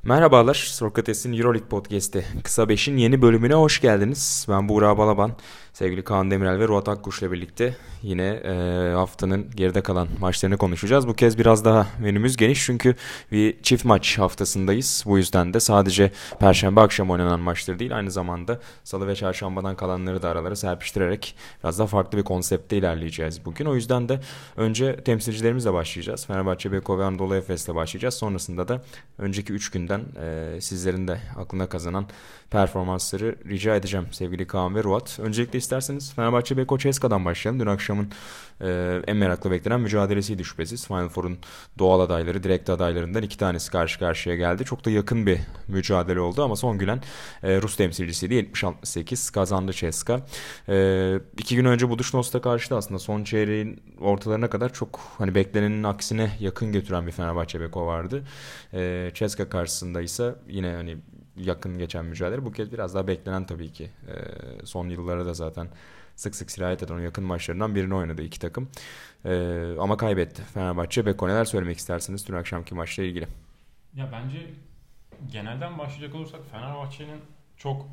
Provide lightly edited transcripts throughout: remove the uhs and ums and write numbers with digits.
Merhabalar, Sokrates'in Euroleague Podcast'i Kısa Beş'in yeni bölümüne hoş geldiniz. Ben Buğra Balaban, sevgili Kaan Demirel ve Ruat Akkuş'la birlikte yine haftanın geride kalan maçlarını konuşacağız. Bu kez biraz daha menümüz geniş çünkü bir çift maç haftasındayız. Bu yüzden de sadece Perşembe akşam oynanan maçları değil, aynı zamanda Salı ve Çarşamba'dan kalanları da aralara serpiştirerek biraz daha farklı bir konsepte ilerleyeceğiz bugün. O yüzden de önce temsilcilerimizle başlayacağız. Fenerbahçe, Beko ve Anadolu Efes'le başlayacağız. Sonrasında da önceki 3 günden sizlerin de aklına kazanan performansları rica edeceğim sevgili Kaan ve Ruat. Öncelikle isterseniz Fenerbahçe Beko Ceska'dan başlayalım. Dün akşamın en meraklı beklenen mücadelesiydi şüphesiz. Final Four'un doğal adayları, direkt adaylarından iki tanesi karşı karşıya geldi. Çok da yakın bir mücadele oldu ama son gülen Rus temsilcisiydi. 70-68 kazandı Ceska. 2 gün önce Budućnos'ta karşı da aslında son çeyreğin ortalarına kadar çok hani beklenenin aksine yakın götüren bir Fenerbahçe Beko vardı. Ceska karşısında ise yine hani yakın geçen mücadele. Bu kez biraz daha beklenen tabii ki. Son yıllarda da zaten sık sık sirayet eden o yakın maçlarından birini oynadı iki takım. Ama kaybetti Fenerbahçe. Beko, neler söylemek istersiniz dün akşamki maçla ilgili? Ya bence genelden başlayacak olursak Fenerbahçe'nin çok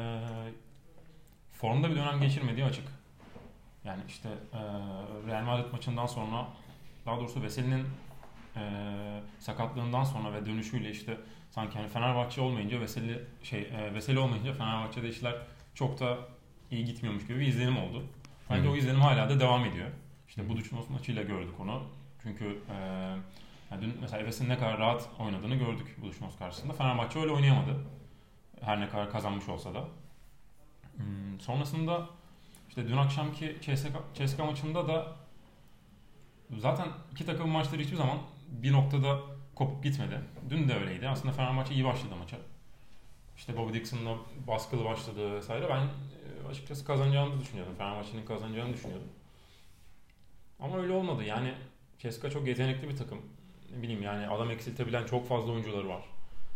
formda bir dönem geçirmediği açık. Yani işte Real Madrid maçından sonra, daha doğrusu Veseli'nin sakatlığından sonra ve dönüşüyle işte sanki hani Fenerbahçe olmayınca Veseli olmayınca Fenerbahçe'de işler çok da iyi gitmiyormuş gibi bir izlenim oldu. Bence o izlenim hala da devam ediyor. İşte Budućnos maçıyla gördük onu. Çünkü yani dün mesela Efes'in ne kadar rahat oynadığını gördük Budućnos karşısında. Fenerbahçe öyle oynayamadı. Her ne kadar kazanmış olsa da. Sonrasında işte dün akşamki CSKA maçında da zaten iki takım maçları hiçbir zaman bir noktada kopup gitmedi. Dün de öyleydi. Aslında Fenerbahçe iyi başladı maça. İşte Bobby Dixon'la baskılı başladı vesaire. Ben açıkçası kazanacağını düşünüyordum. Fenerbahçe'nin kazanacağını düşünüyordum. Ama öyle olmadı. Yani CSKA çok yetenekli bir takım. Ne bileyim yani adam eksiltebilen çok fazla oyuncuları var.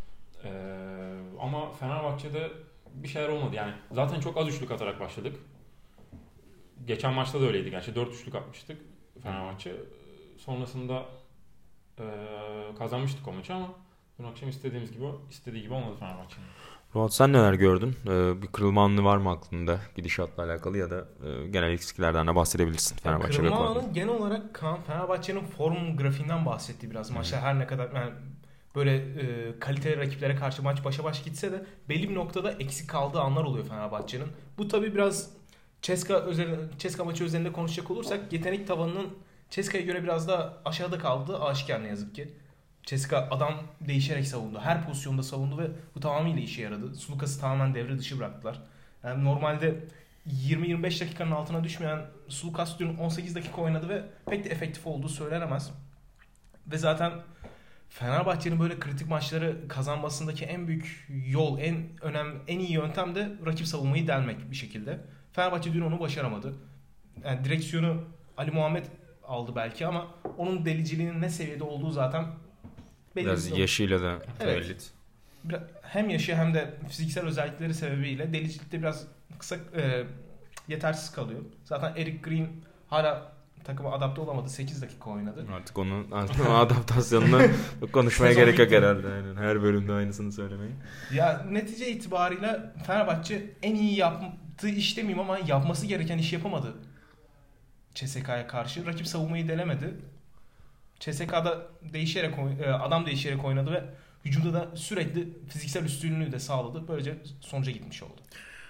Ama Fenerbahçe'de bir şeyler olmadı. Yani zaten çok az üçlük atarak başladık. Geçen maçta da öyleydi. Gerçi 4 üçlük atmıştık Fenerbahçe. Sonrasında kazanmıştık o maçı ama dün akşam istediği gibi olmadı Fenerbahçe'nin. Ruat, sen neler gördün? Bir kırılma anı var mı aklında gidişatla alakalı ya da genel eksiklerden de bahsedebilirsin Fenerbahçe Kırılma Beko adına? anı genel olarak Fenerbahçe'nin form grafiğinden bahsetti biraz. Maçlar her ne kadar yani böyle kaliteli rakiplere karşı maç başa baş gitse de belli bir noktada eksik kaldığı anlar oluyor Fenerbahçe'nin. Bu tabii biraz Ceska maçı üzerinde konuşacak olursak yetenek tavanının Ceska'ya göre biraz daha aşağıda kaldığı aşikar ne yazık ki. Ceska adam değişerek savundu. Her pozisyonda savundu ve bu tamamıyla işe yaradı. Sulukas'ı tamamen devre dışı bıraktılar. Yani normalde 20-25 dakikanın altına düşmeyen Sulukas dün 18 dakika oynadı ve pek de efektif olduğu söylenemez. Ve zaten Fenerbahçe'nin böyle kritik maçları kazanmasındaki en büyük yol, en iyi yöntem de rakip savunmayı delmek bir şekilde. Fenerbahçe dün onu başaramadı. Yani direksiyonu Ali Muhammed aldı belki ama onun deliciliğinin ne seviyede olduğu zaten belli. Biraz yaşıyla da evet. Hem yaşı hem de fiziksel özellikleri sebebiyle delicilikte biraz yetersiz kalıyor. Zaten Eric Green hala takıma adapte olamadı. 8 dakika oynadı. Artık onun adaptasyonunu konuşmaya gerek yok herhalde. Aynen. Her bölümde aynısını söylemeyi. Ya netice itibariyle Fenerbahçe en iyi yaptığı iş demeyeyim ama yapması gereken işi yapamadı. CSK'ya karşı. Rakip savunmayı delemedi. CSK'da adam değişerek oynadı ve hücumda da sürekli fiziksel üstünlüğü de sağladı. Böylece sonuca gitmiş oldu.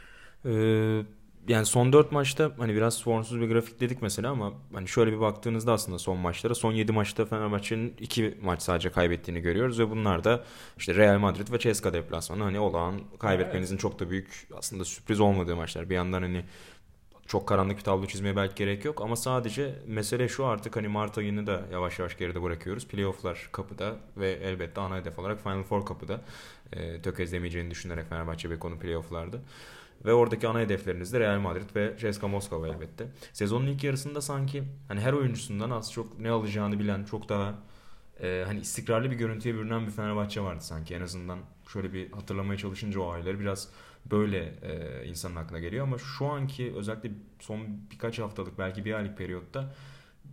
Yani son 4 maçta hani biraz formsuz bir grafik dedik mesela ama hani şöyle bir baktığınızda aslında son maçlara, son 7 maçta Fenerbahçe'nin 2 maç sadece kaybettiğini görüyoruz ve bunlar da işte Real Madrid ve CSKA deplasmanı, hani olağan kaybetmenizin çok da büyük aslında sürpriz olmadığı maçlar. Bir yandan hani çok karanlık bir tablo çizmeye belki gerek yok ama sadece mesele şu: artık hani Mart ayını da yavaş yavaş geride bırakıyoruz. Playoff'lar kapıda ve elbette ana hedef olarak Final Four kapıda. Tökezlemeyeceğini düşünerek Fenerbahçe Beko'nun playoff'larda. Ve oradaki ana hedefleriniz de Real Madrid ve CSKA Moskova elbette. Sezonun ilk yarısında sanki hani her oyuncusundan az çok ne alacağını bilen, çok daha hani istikrarlı bir görüntüye bürünen bir Fenerbahçe vardı sanki. En azından şöyle bir hatırlamaya çalışınca o ayları biraz böyle insanın aklına geliyor ama şu anki özellikle son birkaç haftalık, belki bir aylık periyotta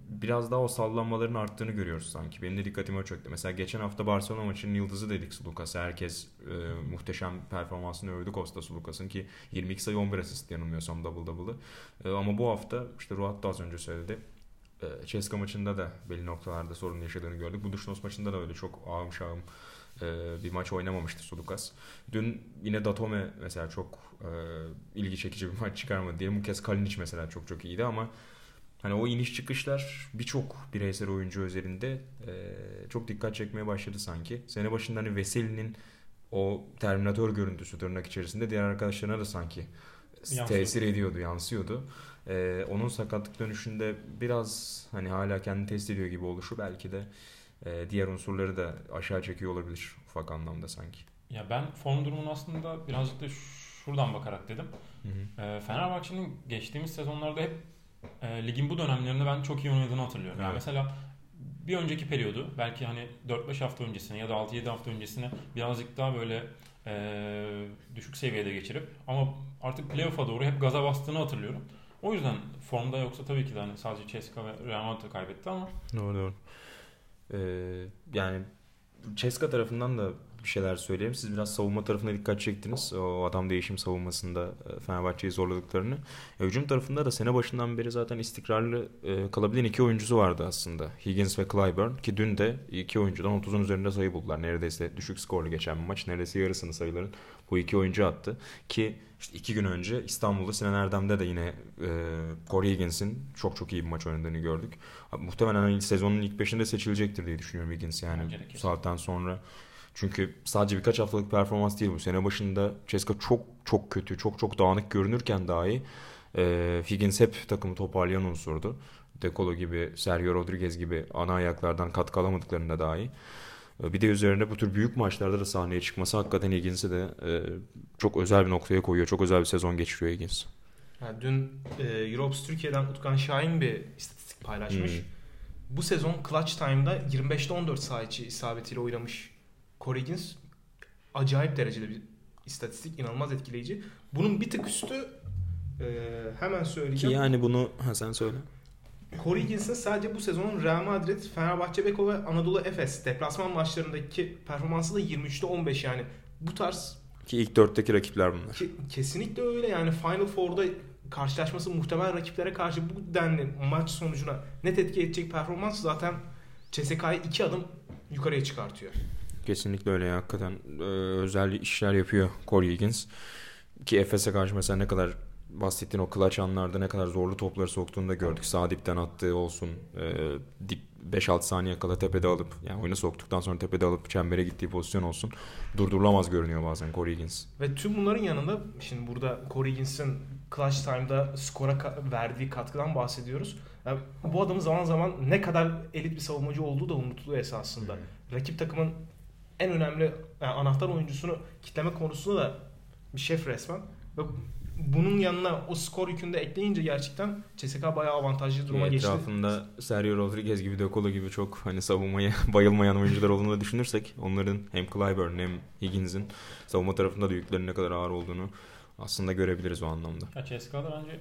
biraz daha o sallanmaların arttığını görüyoruz sanki. Benim de dikkatimi o çekti. Mesela geçen hafta Barcelona maçının yıldızı dedik Sulucas'a. Herkes muhteşem performansını övdü Costa Sulucas'ın ki 22 sayı 11 asist yanılmıyorsam double double'ı. Ama bu hafta işte Ruat da az önce söyledi. CSKA maçında da belli noktalarda sorun yaşadığını gördük. Bu Budućnost maçında da öyle çok ağım şağım bir maç oynamamıştı Sulucas. Dün yine Datome mesela çok ilgi çekici bir maç çıkarmadı diyelim. Bu kez Kalinic mesela çok çok iyiydi ama hani o iniş çıkışlar birçok bireysel oyuncu özelinde çok dikkat çekmeye başladı sanki. Sene başında hani Veseli'nin o Terminator görüntüsü tırnak içerisinde diğer arkadaşlarına da sanki tesir ediyordu, yansıyordu. Onun sakatlık dönüşünde biraz hani hala kendini test ediyor gibi oluşu belki de diğer unsurları da aşağı çekiyor olabilir ufak anlamda sanki. Ya ben form durumunu aslında birazcık da şuradan bakarak dedim. Fenerbahçe'nin geçtiğimiz sezonlarda hep ligin bu dönemlerinde ben çok iyi oynadığını hatırlıyorum. Yani mesela bir önceki periyodu belki hani 4-5 hafta öncesine ya da 6-7 hafta öncesine birazcık daha böyle düşük seviyede geçirip ama artık playoff'a doğru hep gaza bastığını hatırlıyorum. O yüzden formda yoksa tabii ki de hani sadece CSKA ve Real Madrid kaybetti ama. Doğru. Yani CSKA tarafından da bir şeyler söyleyeyim. Siz biraz savunma tarafına dikkat çektiniz. O adam değişim savunmasında Fenerbahçe'yi zorladıklarını. Hücum tarafında da sene başından beri zaten istikrarlı kalabilen iki oyuncusu vardı aslında. Higgins ve Clyburn ki dün de iki oyuncudan 30'un üzerinde sayı buldular. Neredeyse düşük skorlu geçen bir maç. Neredeyse yarısını sayıların bu iki oyuncu attı. Ki işte 2 gün önce İstanbul'da Sinan Erdem'de de yine Corey Higgins'in çok çok iyi bir maç oynadığını gördük. Muhtemelen sezonun ilk 5'inde seçilecektir diye düşünüyorum Higgins yani bu saatten sonra. Çünkü sadece birkaç haftalık performans değil bu. Sene başında CSKA çok kötü, çok dağınık görünürken dahi Higgins hep takımı toparlayan unsurdu. De Colo gibi, Sergio Rodriguez gibi ana ayaklardan katkı alamadıklarında dahi. Bir de üzerine bu tür büyük maçlarda da sahneye çıkması hakikaten Higgins'i de çok özel bir noktaya koyuyor. Çok özel bir sezon geçiriyor Higgins. Yani dün Europe Türkiye'den Utkan Şahin bir istatistik paylaşmış. Bu sezon Clutch Time'da 25'te 14 saha içi isabetiyle oynamış Corey Higgins. Acayip derecede bir istatistik. İnanılmaz etkileyici. Bunun bir tık üstü hemen söyleyeceğim. Ki yani bunu sen söyle. Corey Higgins'in sadece bu sezonun Real Madrid, Fenerbahçe Beko ve Anadolu Efes deplasman maçlarındaki performansı da 23'te 15 yani. Bu tarz ki ilk 4'teki rakipler bunlar. Kesinlikle öyle yani Final Four'da karşılaşması muhtemel rakiplere karşı bu denli maç sonucuna net etki edecek performans zaten CSK'yı 2 adım yukarıya çıkartıyor. Kesinlikle öyle ya. Hakikaten özel işler yapıyor Corey Higgins. Ki Efes'e karşı mesela ne kadar bahsettiğin o clutch anlarda ne kadar zorlu topları soktuğunu da gördük. Sağ dipten attığı olsun. Dip 5-6 saniye kala tepede alıp yani oyunu soktuktan sonra tepede alıp çembere gittiği pozisyon olsun. Durdurulamaz görünüyor bazen Corey Higgins. Ve tüm bunların yanında şimdi burada Corey Higgins'in clutch time'da skora verdiği katkıdan bahsediyoruz. Yani bu adamın zaman zaman ne kadar elit bir savunmacı olduğu da unutuluyor esasında. Rakip takımın en önemli yani anahtar oyuncusunu kitleme konusunda da bir şef resmen. Ve bunun yanına o skor yükünü de ekleyince gerçekten CSKA bayağı avantajlı duruma geçti. Etrafında Sergio Rodriguez gibi, De Colo gibi çok hani savunmaya bayılmayan oyuncular olduğunu da düşünürsek onların hem Clyburn hem Higgins'in savunma tarafında da yüklerinin ne kadar ağır olduğunu aslında görebiliriz o anlamda. Ya CSKA'da bence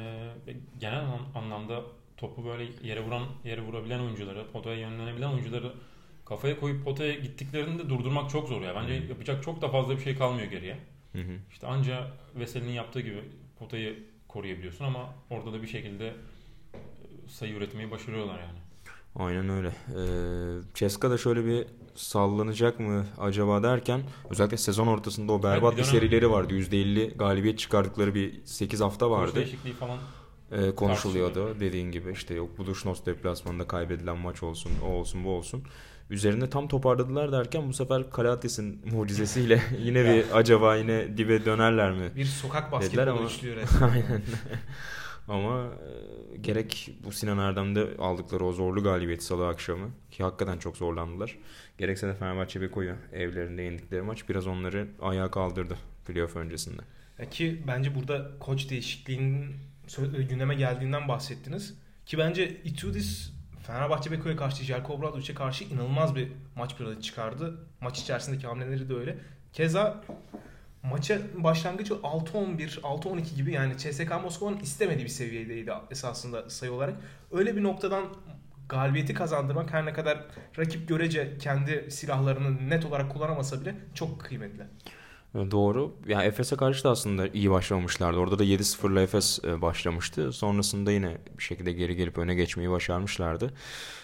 genel anlamda topu böyle yere vurabilen oyuncuları, potaya yönlenebilen oyuncuları kafaya koyup potaya gittiklerinde durdurmak çok zor ya. Bence yapacak çok da fazla bir şey kalmıyor geriye. İşte anca Veseli'nin yaptığı gibi potayı koruyabiliyorsun ama orada da bir şekilde sayı üretmeyi başarıyorlar yani. Aynen öyle. CSKA da şöyle bir sallanacak mı acaba derken özellikle sezon ortasında o berbat bir serileri vardı. %50 galibiyet çıkardıkları bir 8 hafta vardı. Kurs değişikliği falan konuşuluyordu dediğin gibi işte yok Budućnost deplasmanında kaybedilen maç olsun o olsun bu olsun. Üzerinde tam toparladılar derken bu sefer Kalates'in mucizesiyle yine bir acaba yine dibe dönerler mi? Bir sokak basketbolu işliyor resmen. Aynen. Ama gerek bu Sinan Erdem'de aldıkları o zorlu galibiyeti salı akşamı ki hakikaten çok zorlandılar. Gerekse de Fenerbahçe Beko'yu evlerinde yendikleri maç biraz onları ayağa kaldırdı playoff öncesinde. Ki bence burada koç değişikliğinin gündeme geldiğinden bahsettiniz. Ki bence Itoudis Fenerbahçe Beko'ya karşı Jelko Obradovic'e karşı inanılmaz bir maç planı çıkardı. Maç içerisindeki hamleleri de öyle. Keza maça başlangıcı 6-11, 6-12 gibi yani CSKA Moskova'nın istemediği bir seviyedeydi esasında sayı olarak. Öyle bir noktadan galibiyeti kazandırmak her ne kadar rakip görece kendi silahlarını net olarak kullanamasa bile çok kıymetli. Doğru. Yani Efes'e karşı da aslında iyi başlamışlardı. Orada da 7-0'la Efes başlamıştı. Sonrasında yine bir şekilde geri gelip öne geçmeyi başarmışlardı.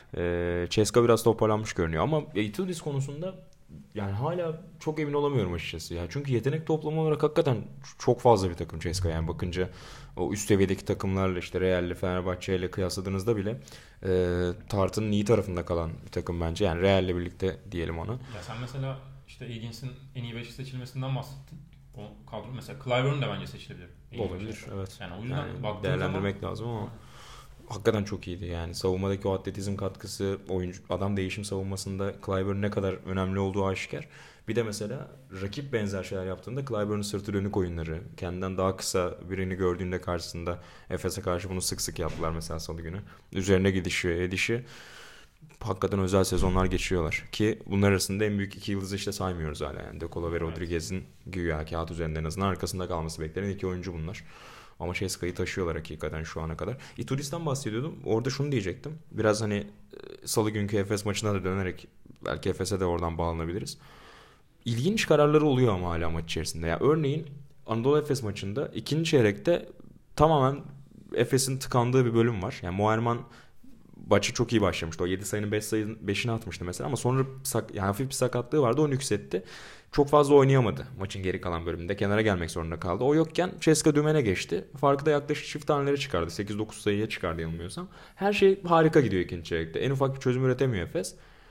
CSKA biraz toparlanmış görünüyor. Ama Itudis konusunda yani hala çok emin olamıyorum açıkçası. Ya çünkü yetenek toplama olarak hakikaten çok fazla bir takım CSKA. Yani bakınca o üst seviyedeki takımlarla işte Real'le Fenerbahçe'yle kıyasladığınızda bile tartının iyi tarafında kalan bir takım bence. Yani Real'le birlikte diyelim onu. Ya sen mesela işte Eagins'in en iyi 5'i seçilmesinden bahsettin. O kadro mesela Clyburn de bence seçilebilir. Olabilir, evet. Yani o yüzden yani değerlendirmek lazım ama hakikaten çok iyiydi. Yani savunmadaki o atletizm katkısı, oyuncu adam değişim savunmasında Clyburn ne kadar önemli olduğu aşikar. Bir de mesela rakip benzer şeyler yaptığında Clyburn'un sırtı dönük oyunları, kendinden daha kısa birini gördüğünde karşısında Efes'e karşı bunu sık sık yaptılar mesela salı günü. Üzerine gidişi, edişi hakikaten özel sezonlar geçiriyorlar. Ki bunlar arasında en büyük iki yıldızı işte saymıyoruz hala. Yani De Colo ve Rodriguez'in güya kağıt üzerinde en azından arkasında kalması beklenen iki oyuncu bunlar. Ama CSKA'yı taşıyorlar hakikaten şu ana kadar. Itudis'ten bahsediyordum. Orada şunu diyecektim. Biraz hani salı günkü Efes maçına da dönerek belki Efes'e de oradan bağlanabiliriz. İlginç kararları oluyor ama hala maç içerisinde. Yani örneğin Anadolu Efes maçında ikinci çeyrekte tamamen Efes'in tıkandığı bir bölüm var. Yani Moerman maçı çok iyi başlamıştı. O 7 sayının 5'ini atmıştı mesela ama sonra yani hafif bir sakatlığı vardı. Onu yükseltti. Çok fazla oynayamadı maçın geri kalan bölümünde. Kenara gelmek zorunda kaldı. O yokken CSKA dümene geçti. Farkı da yaklaşık çift tanelere çıkardı. 8-9 sayıya çıkardı yanılmıyorsam. Her şey harika gidiyor ikinci çeyrekte. En ufak bir çözüm üretemiyor Efes.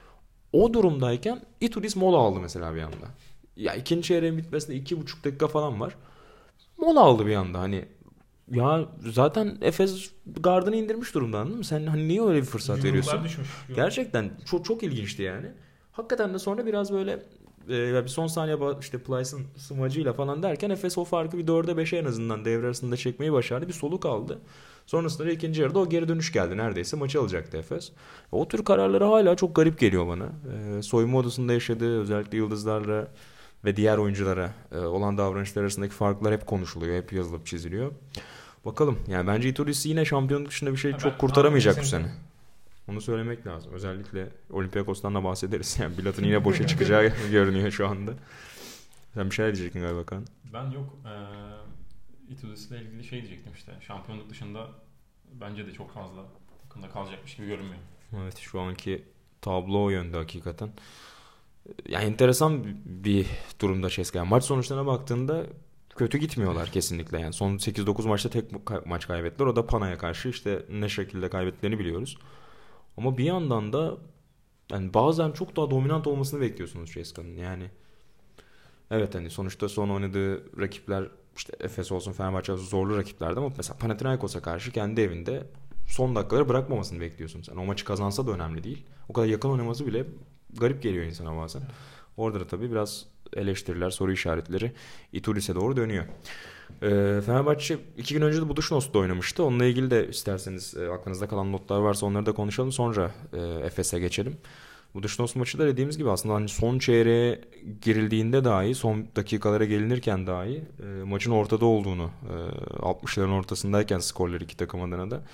O durumdayken Itudis mola aldı mesela bir anda. Ya ikinci çeyreğin bitmesine 2,5 dakika falan var. Mola aldı bir anda hani. Ya zaten Efes gardını indirmiş durumda, anladın mı? Sen hani niye öyle bir fırsat veriyorsun? Düşmüş. Gerçekten çok ilginçti yani. Hakikaten de sonra biraz böyle bir son saniye işte Plyce'ın smacıyla falan derken Efes o farkı bir 4'e 5'e en azından devre arasında çekmeyi başardı. Bir soluk aldı. Sonrasında ikinci yarıda o geri dönüş geldi. Neredeyse maçı alacaktı Efes. O tür kararları hala çok garip geliyor bana. Soyunma odasında yaşadığı özellikle yıldızlarla ve diğer oyunculara olan davranışlar arasındaki farklar hep konuşuluyor. Hep yazılıp çiziliyor. Bakalım. Yani bence Itudis yine şampiyonluk dışında bir şey çok kurtaramayacak bu sene. Onu söylemek lazım. Özellikle Olympiakos'tan da bahsederiz. Yani Bilat'ın yine boşa çıkacağı görünüyor şu anda. Sen bir şey diyecektin galiba Kaan. Ben yok. Itudis'le ilgili şey diyecektim işte. Şampiyonluk dışında bence de çok fazla takımda kalacakmış gibi görünmüyor. Evet, şu anki tablo o yönde hakikaten. Yani enteresan bir durumda CSKA. Maç sonuçlarına baktığında kötü gitmiyorlar kesinlikle. Yani son 8-9 maçta tek maç kaybettiler. O da Pana'ya karşı işte ne şekilde kaybettiklerini biliyoruz. Ama bir yandan da yani bazen çok daha dominant olmasını bekliyorsunuz CSKA'nın. Yani evet hani sonuçta son oynadığı rakipler işte Efes olsun, Fenerbahçe olsun zorlu rakiplerdi ama mesela Panathinaikos'a karşı kendi evinde son dakikaları bırakmamasını bekliyorsun sen. O maçı kazansa da önemli değil. O kadar yakın oynaması bile garip geliyor insana bazen. Orada da tabii biraz eleştiriler, soru işaretleri Itudis'e doğru dönüyor. Fenerbahçe 2 gün önce de Budućnos'ta oynamıştı. Onunla ilgili de isterseniz aklınızda kalan notlar varsa onları da konuşalım. Sonra Efes'e geçelim. Budućnos maçı da dediğimiz gibi aslında hani son çeyreğe girildiğinde dahi, son dakikalara gelinirken dahi maçın ortada olduğunu, 60'ların ortasındayken skorları iki takım adına da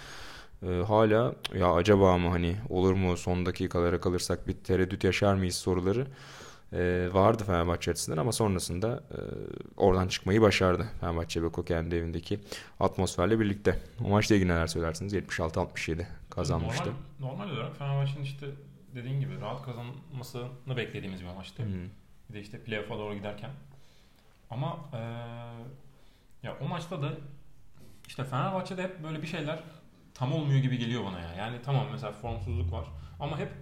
hala ya acaba mı hani olur mu son dakikalara kalırsak bir tereddüt yaşar mıyız soruları vardı Fenerbahçe açısından ama sonrasında oradan çıkmayı başardı Fenerbahçe Beko kendi evindeki atmosferle birlikte. O maçla ilgili neler söylersiniz? 76-67 kazanmıştı. Normal olarak Fenerbahçe'nin işte dediğin gibi rahat kazanmasını beklediğimiz bir maçtı. Bir de işte playoff'a doğru giderken. Ama ya o maçta da işte Fenerbahçe'de hep böyle bir şeyler tam olmuyor gibi geliyor bana ya. Yani tamam mesela formsuzluk var ama hep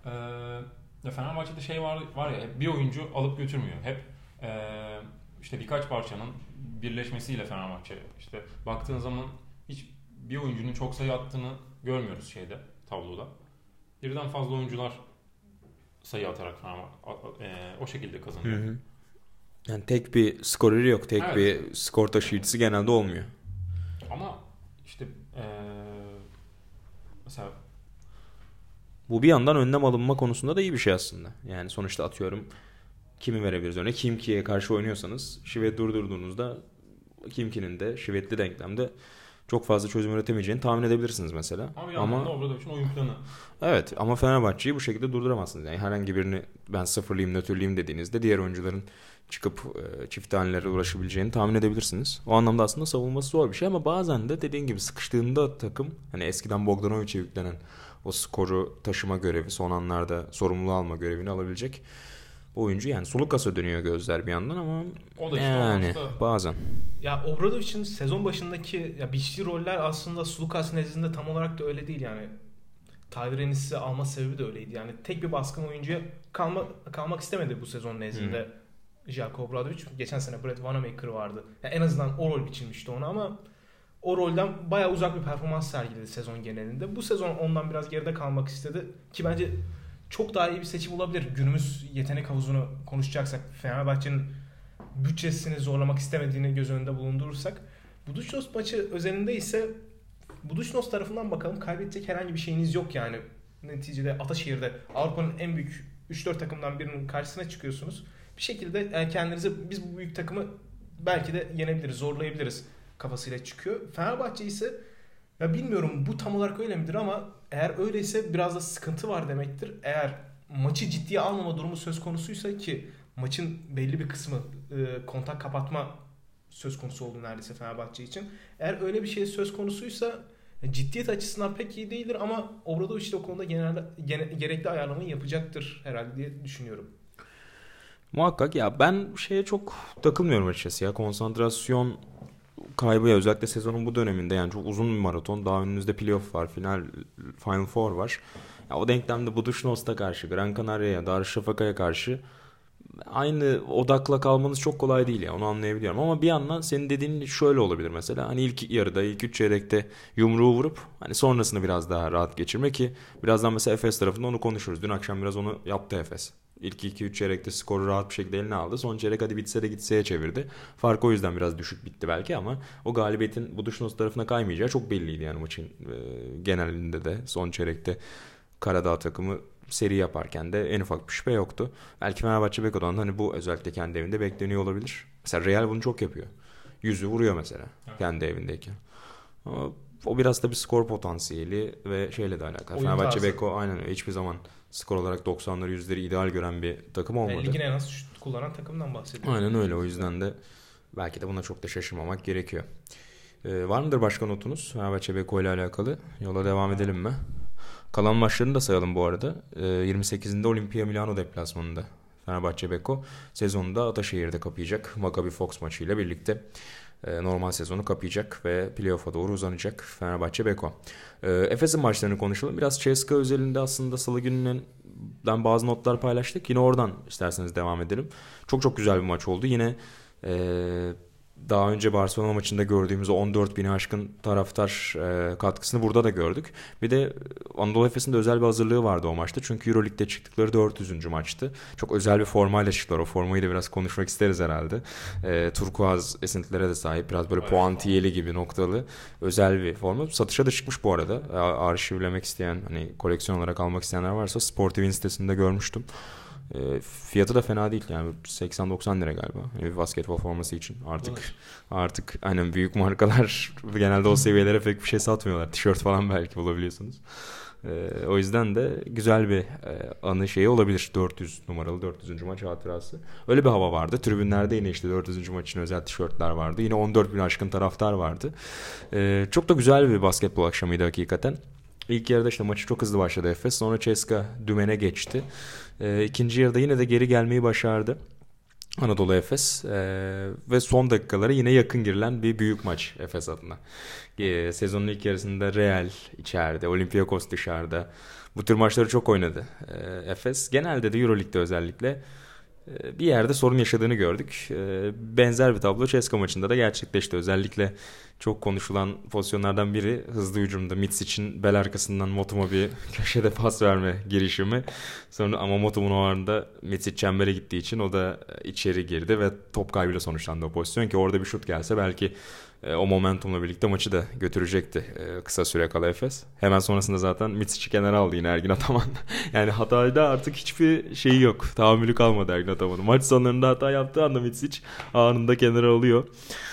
ya Fenerbahçe'de şey var ya hep bir oyuncu alıp götürmüyor. Hep işte birkaç parçanın birleşmesiyle Fenerbahçe işte baktığın zaman hiç bir oyuncunun çok sayı attığını görmüyoruz tabloda. Birden fazla oyuncular sayı atarak o şekilde kazanıyor. Hı hı. Yani tek bir skoreri yok. Tek bir skor taşıyıcısı genelde olmuyor. Ama işte mesela bu bir yandan önlem alınma konusunda da iyi bir şey aslında. Yani sonuçta atıyorum kimi verebiliriz örneğin? Kimki'ye karşı oynuyorsanız Şivet durdurduğunuzda Kimki'nin de Şivetli denklemde çok fazla çözüm üretemeyeceğini tahmin edebilirsiniz mesela. Ama bir yandan da Obradovic'in oyun planı. Evet ama Fenerbahçe'yi bu şekilde durduramazsınız. Yani herhangi birini ben sıfırlayayım, nötrleyeyim dediğinizde diğer oyuncuların çıkıp çift hanelere ulaşabileceğini tahmin edebilirsiniz. O anlamda aslında savunması zor bir şey ama bazen de dediğin gibi sıkıştığında takım, hani eskiden Bogdanovic'e yüklenen o skoru taşıma görevi, son anlarda sorumluluğu alma görevini alabilecek oyuncu. Yani Sulukas'a dönüyor gözler bir yandan ama o da işte yani bazen. Ya Obradovic'in sezon başındaki biçtiği roller aslında Sulukas nezdinde tam olarak da öyle değil yani. Tyler Ennis'i alma sebebi de öyleydi. Yani tek bir baskın oyuncuya kalmak istemedi bu sezon nezdinde Željko Obradović. Geçen sene Brad Wanamaker vardı. Yani en azından o rol biçilmişti ona ama o rolden bayağı uzak bir performans sergiledi sezon genelinde. Bu sezon ondan biraz geride kalmak istedi ki bence çok daha iyi bir seçim olabilir. Günümüz yetenek havuzunu konuşacaksak, Fenerbahçe'nin bütçesini zorlamak istemediğini göz önünde bulundurursak, Budućnost maçı özelinde ise Budućnost tarafından bakalım, kaybedecek herhangi bir şeyiniz yok yani. Neticede Ataşehir'de Avrupa'nın en büyük 3-4 takımdan birinin karşısına çıkıyorsunuz. Bir şekilde kendinizi biz bu büyük takımı belki de yenebiliriz, zorlayabiliriz kafasıyla çıkıyor. Fenerbahçe ise ya bilmiyorum bu tam olarak öyle midir ama eğer öyleyse biraz da sıkıntı var demektir. Eğer maçı ciddiye almama durumu söz konusuysa ki maçın belli bir kısmı kontak kapatma söz konusu oldu neredeyse Fenerbahçe için. Eğer öyle bir şey söz konusuysa ciddiyet açısından pek iyi değildir ama Obradović de o konuda gerekli ayarlamayı yapacaktır herhalde diye düşünüyorum. Muhakkak ya, ben şeye çok takılmıyorum açıkçası ya, konsantrasyon kaybı ya, özellikle sezonun bu döneminde yani çok uzun bir maraton, daha önünüzde playoff var, Final Four var. Ya o denklemde Budućnost'a karşı, Gran Canaria'ya, Darüşşafaka'ya karşı aynı odakla kalmanız çok kolay değil ya, onu anlayabiliyorum. Ama bir yandan senin dediğin şöyle olabilir mesela, hani ilk yarıda, ilk 3 çeyrekte yumruğu vurup hani sonrasını biraz daha rahat geçirme, ki birazdan mesela Efes tarafında onu konuşuruz. Dün akşam biraz onu yaptı Efes. İlk 2-3 çeyrekte skoru rahat bir şekilde eline aldı. Son çeyrek hadi bitse de gitseye çevirdi. Fark o yüzden biraz düşük bitti belki ama o galibiyetin Budućnost tarafına kaymayacağı çok belliydi yani maçın genelinde de. Son çeyrekte Karadağ takımı seri yaparken de en ufak bir şüphe yoktu. Belki Fenerbahçe Beko'dan hani bu özellikle kendi evinde bekleniyor olabilir. Mesela Real bunu çok yapıyor. Yüzü vuruyor mesela kendi evindeyken. Ama o biraz da bir skor potansiyeli ve şeyle de alakalı. Fenerbahçe Beko aynen öyle. Hiçbir zaman skor olarak 90'ları 100'leri ideal gören bir takım olmadı. Ligin en az şut kullanan takımdan bahsediyoruz. Aynen öyle. O yüzden de belki de buna çok da şaşırmamak gerekiyor. Var mıdır başka notunuz Fenerbahçe Beko ile alakalı? Yola devam edelim mi? Kalan maçlarını da sayalım bu arada. 28'inde Olimpia Milano deplasmanında Fenerbahçe Beko sezonunda Ataşehir'de kapayacak. Maccabi Fox maçıyla birlikte normal sezonu kapayacak ve playoff'a doğru uzanacak Fenerbahçe Beko. Efes'in maçlarını konuşalım. Biraz CSKA özelinde aslında salı gününden bazı notlar paylaştık. Yine oradan isterseniz devam edelim. Çok çok güzel bir maç oldu. Yine daha önce Barcelona maçında gördüğümüz 14.000'i aşkın taraftar katkısını burada da gördük. Bir de Anadolu Efes'in de özel bir hazırlığı vardı o maçta. Çünkü Euroleague'de çıktıkları 400. maçtı. Çok özel bir formayla çıktılar. O formayı da biraz konuşmak isteriz herhalde. Turkuaz esintilere de sahip. Biraz böyle puantiyeli gibi noktalı özel bir forma. Satışa da çıkmış bu arada. Arşivlemek isteyen, hani koleksiyon olarak almak isteyenler varsa Sportiv'in sitesinde görmüştüm. Fiyatı da fena değil yani 80-90 lira galiba bir basketbol forması için. Artık aynen büyük markalar genelde o seviyelere pek bir şey satmıyorlar. Tişört falan belki bulabiliyorsunuz. O yüzden de güzel bir anı şeyi olabilir. 400 numaralı 400. maç hatırası. Öyle bir hava vardı. Tribünlerde yine işte 400. maç için özel tişörtler vardı. Yine 14.000 aşkın taraftar vardı. Çok da güzel bir basketbol akşamıydı hakikaten. İlk yarıda işte maçı çok hızlı başladı Efes. Sonra CSKA dümene geçti. İkinci yarıda yine de geri gelmeyi başardı Anadolu Efes. Ve son dakikalara yine yakın girilen bir büyük maç Efes adına. Sezonun ilk yarısında Real içeride, Olympiakos dışarıda. Bu tür maçları çok oynadı Efes. Genelde de Euroleague'de özellikle bir yerde sorun yaşadığını gördük. Benzer bir tablo CSKA maçında da gerçekleşti. Özellikle çok konuşulan pozisyonlardan biri hızlı hücumda Mitsic'in bel arkasından Motum'a bir köşede pas verme girişimi. Sonra ama Motum'un o anda Mitsic çembere gittiği için o da içeri girdi ve top kaybıyla sonuçlandı o pozisyon, ki orada bir şut gelse belki o momentumla birlikte maçı da götürecekti kısa süre kala Efes. Hemen sonrasında zaten Mitsic'i kenara aldı yine Ergin Ataman. Yani hatayda artık hiçbir şeyi yok. Tahammülü kalmadı Ergin Ataman'ın. Maç sonlarında hata yaptığı anda Mitsic anında kenara alıyor.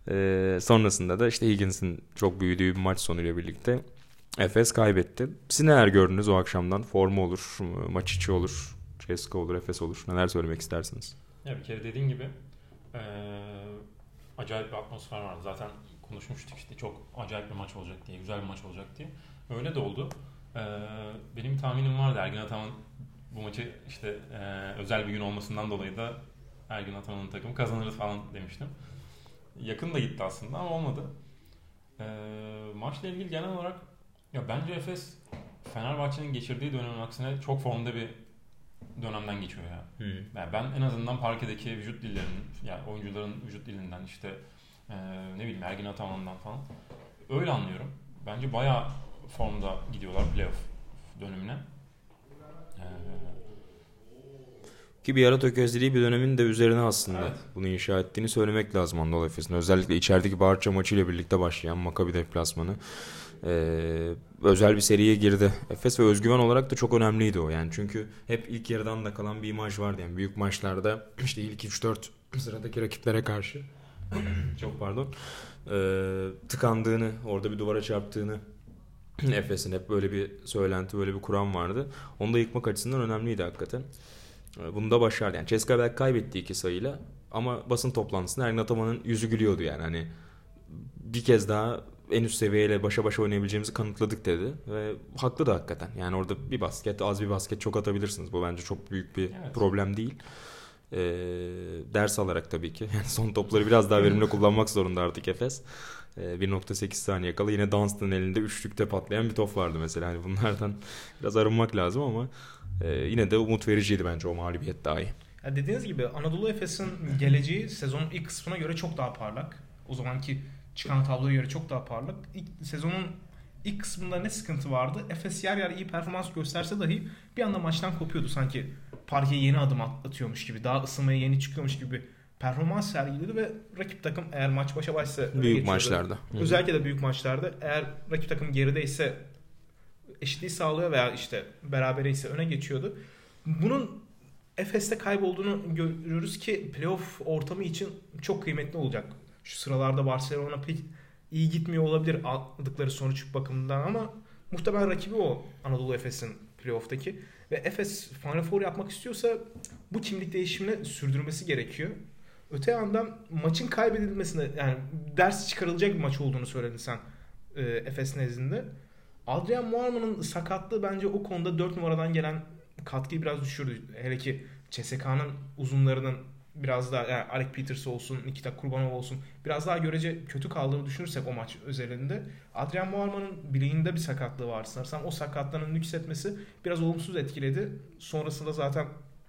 Sonrasında da işte Higgins'in çok büyüdüğü bir maç sonuyla birlikte Efes kaybetti. Siz neler gördünüz o akşamdan? Forma olur, maç içi olur, CSKA olur, Efes olur. Neler söylemek istersiniz? Ya bir kere dediğin gibi acayip bir atmosfer vardı. Zaten konuşmuştuk işte çok acayip bir maç olacak diye, güzel bir maç olacak diye. Öyle de oldu. Benim tahminim vardı Ergin Ataman bu maçı işte özel bir gün olmasından dolayı da Ergin Ataman'ın takımı kazanırız falan demiştim. Yakın da gitti aslında ama olmadı. Maçla ilgili genel olarak ya bence Efes Fenerbahçe'nin geçirdiği dönemin aksine çok formda bir dönemden geçiyor ya. Yani ben en azından parkedeki vücut dillerinin, yani oyuncuların vücut dilinden işte ne bileyim Ergin Ataman'dan falan öyle anlıyorum. Bence bayağı formda gidiyorlar playoff dönemine. Ki bir ara tökezlediği bir dönemin de üzerine aslında Evet. bunu inşa ettiğini söylemek lazım Anadolu Efes'in. Özellikle içerideki Barça maçıyla birlikte başlayan Maccabi deplasmanı. Özel bir seriye girdi Efes ve özgüven olarak da çok önemliydi o yani. Çünkü hep ilk yarıdan da kalan bir imaj vardı yani. Büyük maçlarda işte ilk 3-4 sıradaki rakiplere karşı çok pardon tıkandığını, orada bir duvara çarptığını Efes'in hep böyle bir söylenti, böyle bir kuram vardı. Onu da yıkmak açısından önemliydi hakikaten. Bunu da başardı. Yani CSKA belki kaybetti 2 sayıyla ama basın toplantısında Ergin Ataman'ın yüzü gülüyordu yani. Hani bir kez daha en üst seviyeyle başa başa oynayabileceğimizi kanıtladık dedi. Ve haklı da hakikaten. Yani orada bir basket, az bir basket çok atabilirsiniz. Bu bence çok büyük bir problem değil. Ders alarak tabii ki. Yani son topları biraz daha verimli kullanmak zorunda artık Efes. 1.8 saniye kala yine Dunstan'ın elinde üçlükte patlayan bir top vardı mesela. Hani bunlardan biraz arınmak lazım ama yine de umut vericiydi bence o mağlubiyet dahi. Ya dediğiniz gibi Anadolu Efes'in geleceği sezonun ilk kısmına göre çok daha parlak. O zamanki çıkan tabloya göre çok daha parlak. Sezonun ilk kısmında ne sıkıntı vardı? Efes yer yer iyi performans gösterse dahi bir anda maçtan kopuyordu. Sanki parkeye yeni adım atıyormuş gibi, daha ısınmaya yeni çıkıyormuş gibi performans sergiliyordu ve rakip takım eğer maç başa başsa büyük maçlarda. Özellikle de büyük maçlarda eğer rakip takım gerideyse eşitliği sağlıyor veya işte berabere ise öne geçiyordu. Bunun Efes'te kaybolduğunu görüyoruz ki playoff ortamı için çok kıymetli olacak. Şu sıralarda Barcelona pek iyi gitmiyor olabilir aldıkları sonuç bakımından ama muhtemelen rakibi o Anadolu Efes'in playoff'taki. Ve Efes Final Four yapmak istiyorsa bu kimlik değişimini sürdürmesi gerekiyor. Öte yandan maçın kaybedilmesine yani ders çıkarılacak bir maç olduğunu söyledin sen Efes nezdinde. Adrian Muarman'ın sakatlığı bence o konuda 4 numaradan gelen katkıyı biraz düşürdü. Hele ki CSKA'nın uzunlarının biraz daha yani Alec Peters olsun, Nikita Kurbanov olsun biraz daha görece kötü kaldığını düşünürsek o maç özelinde Adrian Muarman'ın bileğinde bir sakatlığı vardı sanırsam. O sakatlığının nüksetmesi biraz olumsuz etkiledi. Sonrasında zaten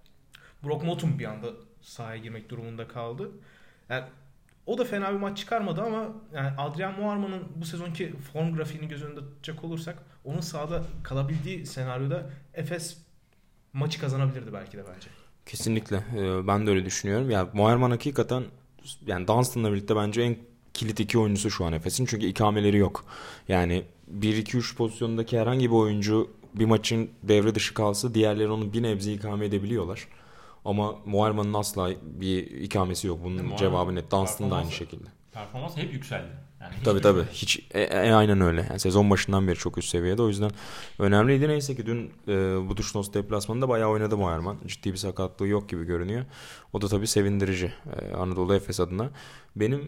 Brock Motum bir anda sahaya girmek durumunda kaldı. Yani o da fena bir maç çıkarmadı ama yani Adrian Muarman'ın bu sezonki form grafiğini göz önünde tutacak olursak onun sahada kalabildiği senaryoda Efes maçı kazanabilirdi belki de bence. Kesinlikle. Ben de öyle düşünüyorum. Ya Muarman hakikaten yani Dunstan'la birlikte bence en kilit iki oyuncusu şu an Efes'in. Çünkü ikameleri yok. Yani 1-2-3 pozisyondaki herhangi bir oyuncu bir maçın devre dışı kalsa diğerleri onu bir nebze ikame edebiliyorlar. Ama Muarman'ın asla bir ikamesi yok. Bunun cevabı net. Dunstan da aynı şekilde. Performans hep yükseldi. Yani Tabii. Hiç aynen öyle. Yani sezon başından beri çok üst seviyede. O yüzden önemliydi. Neyse ki dün Budućnost deplasmanında bayağı oynadı Muarman. Ciddi bir sakatlığı yok gibi görünüyor. O da tabii sevindirici Anadolu Efes adına. Benim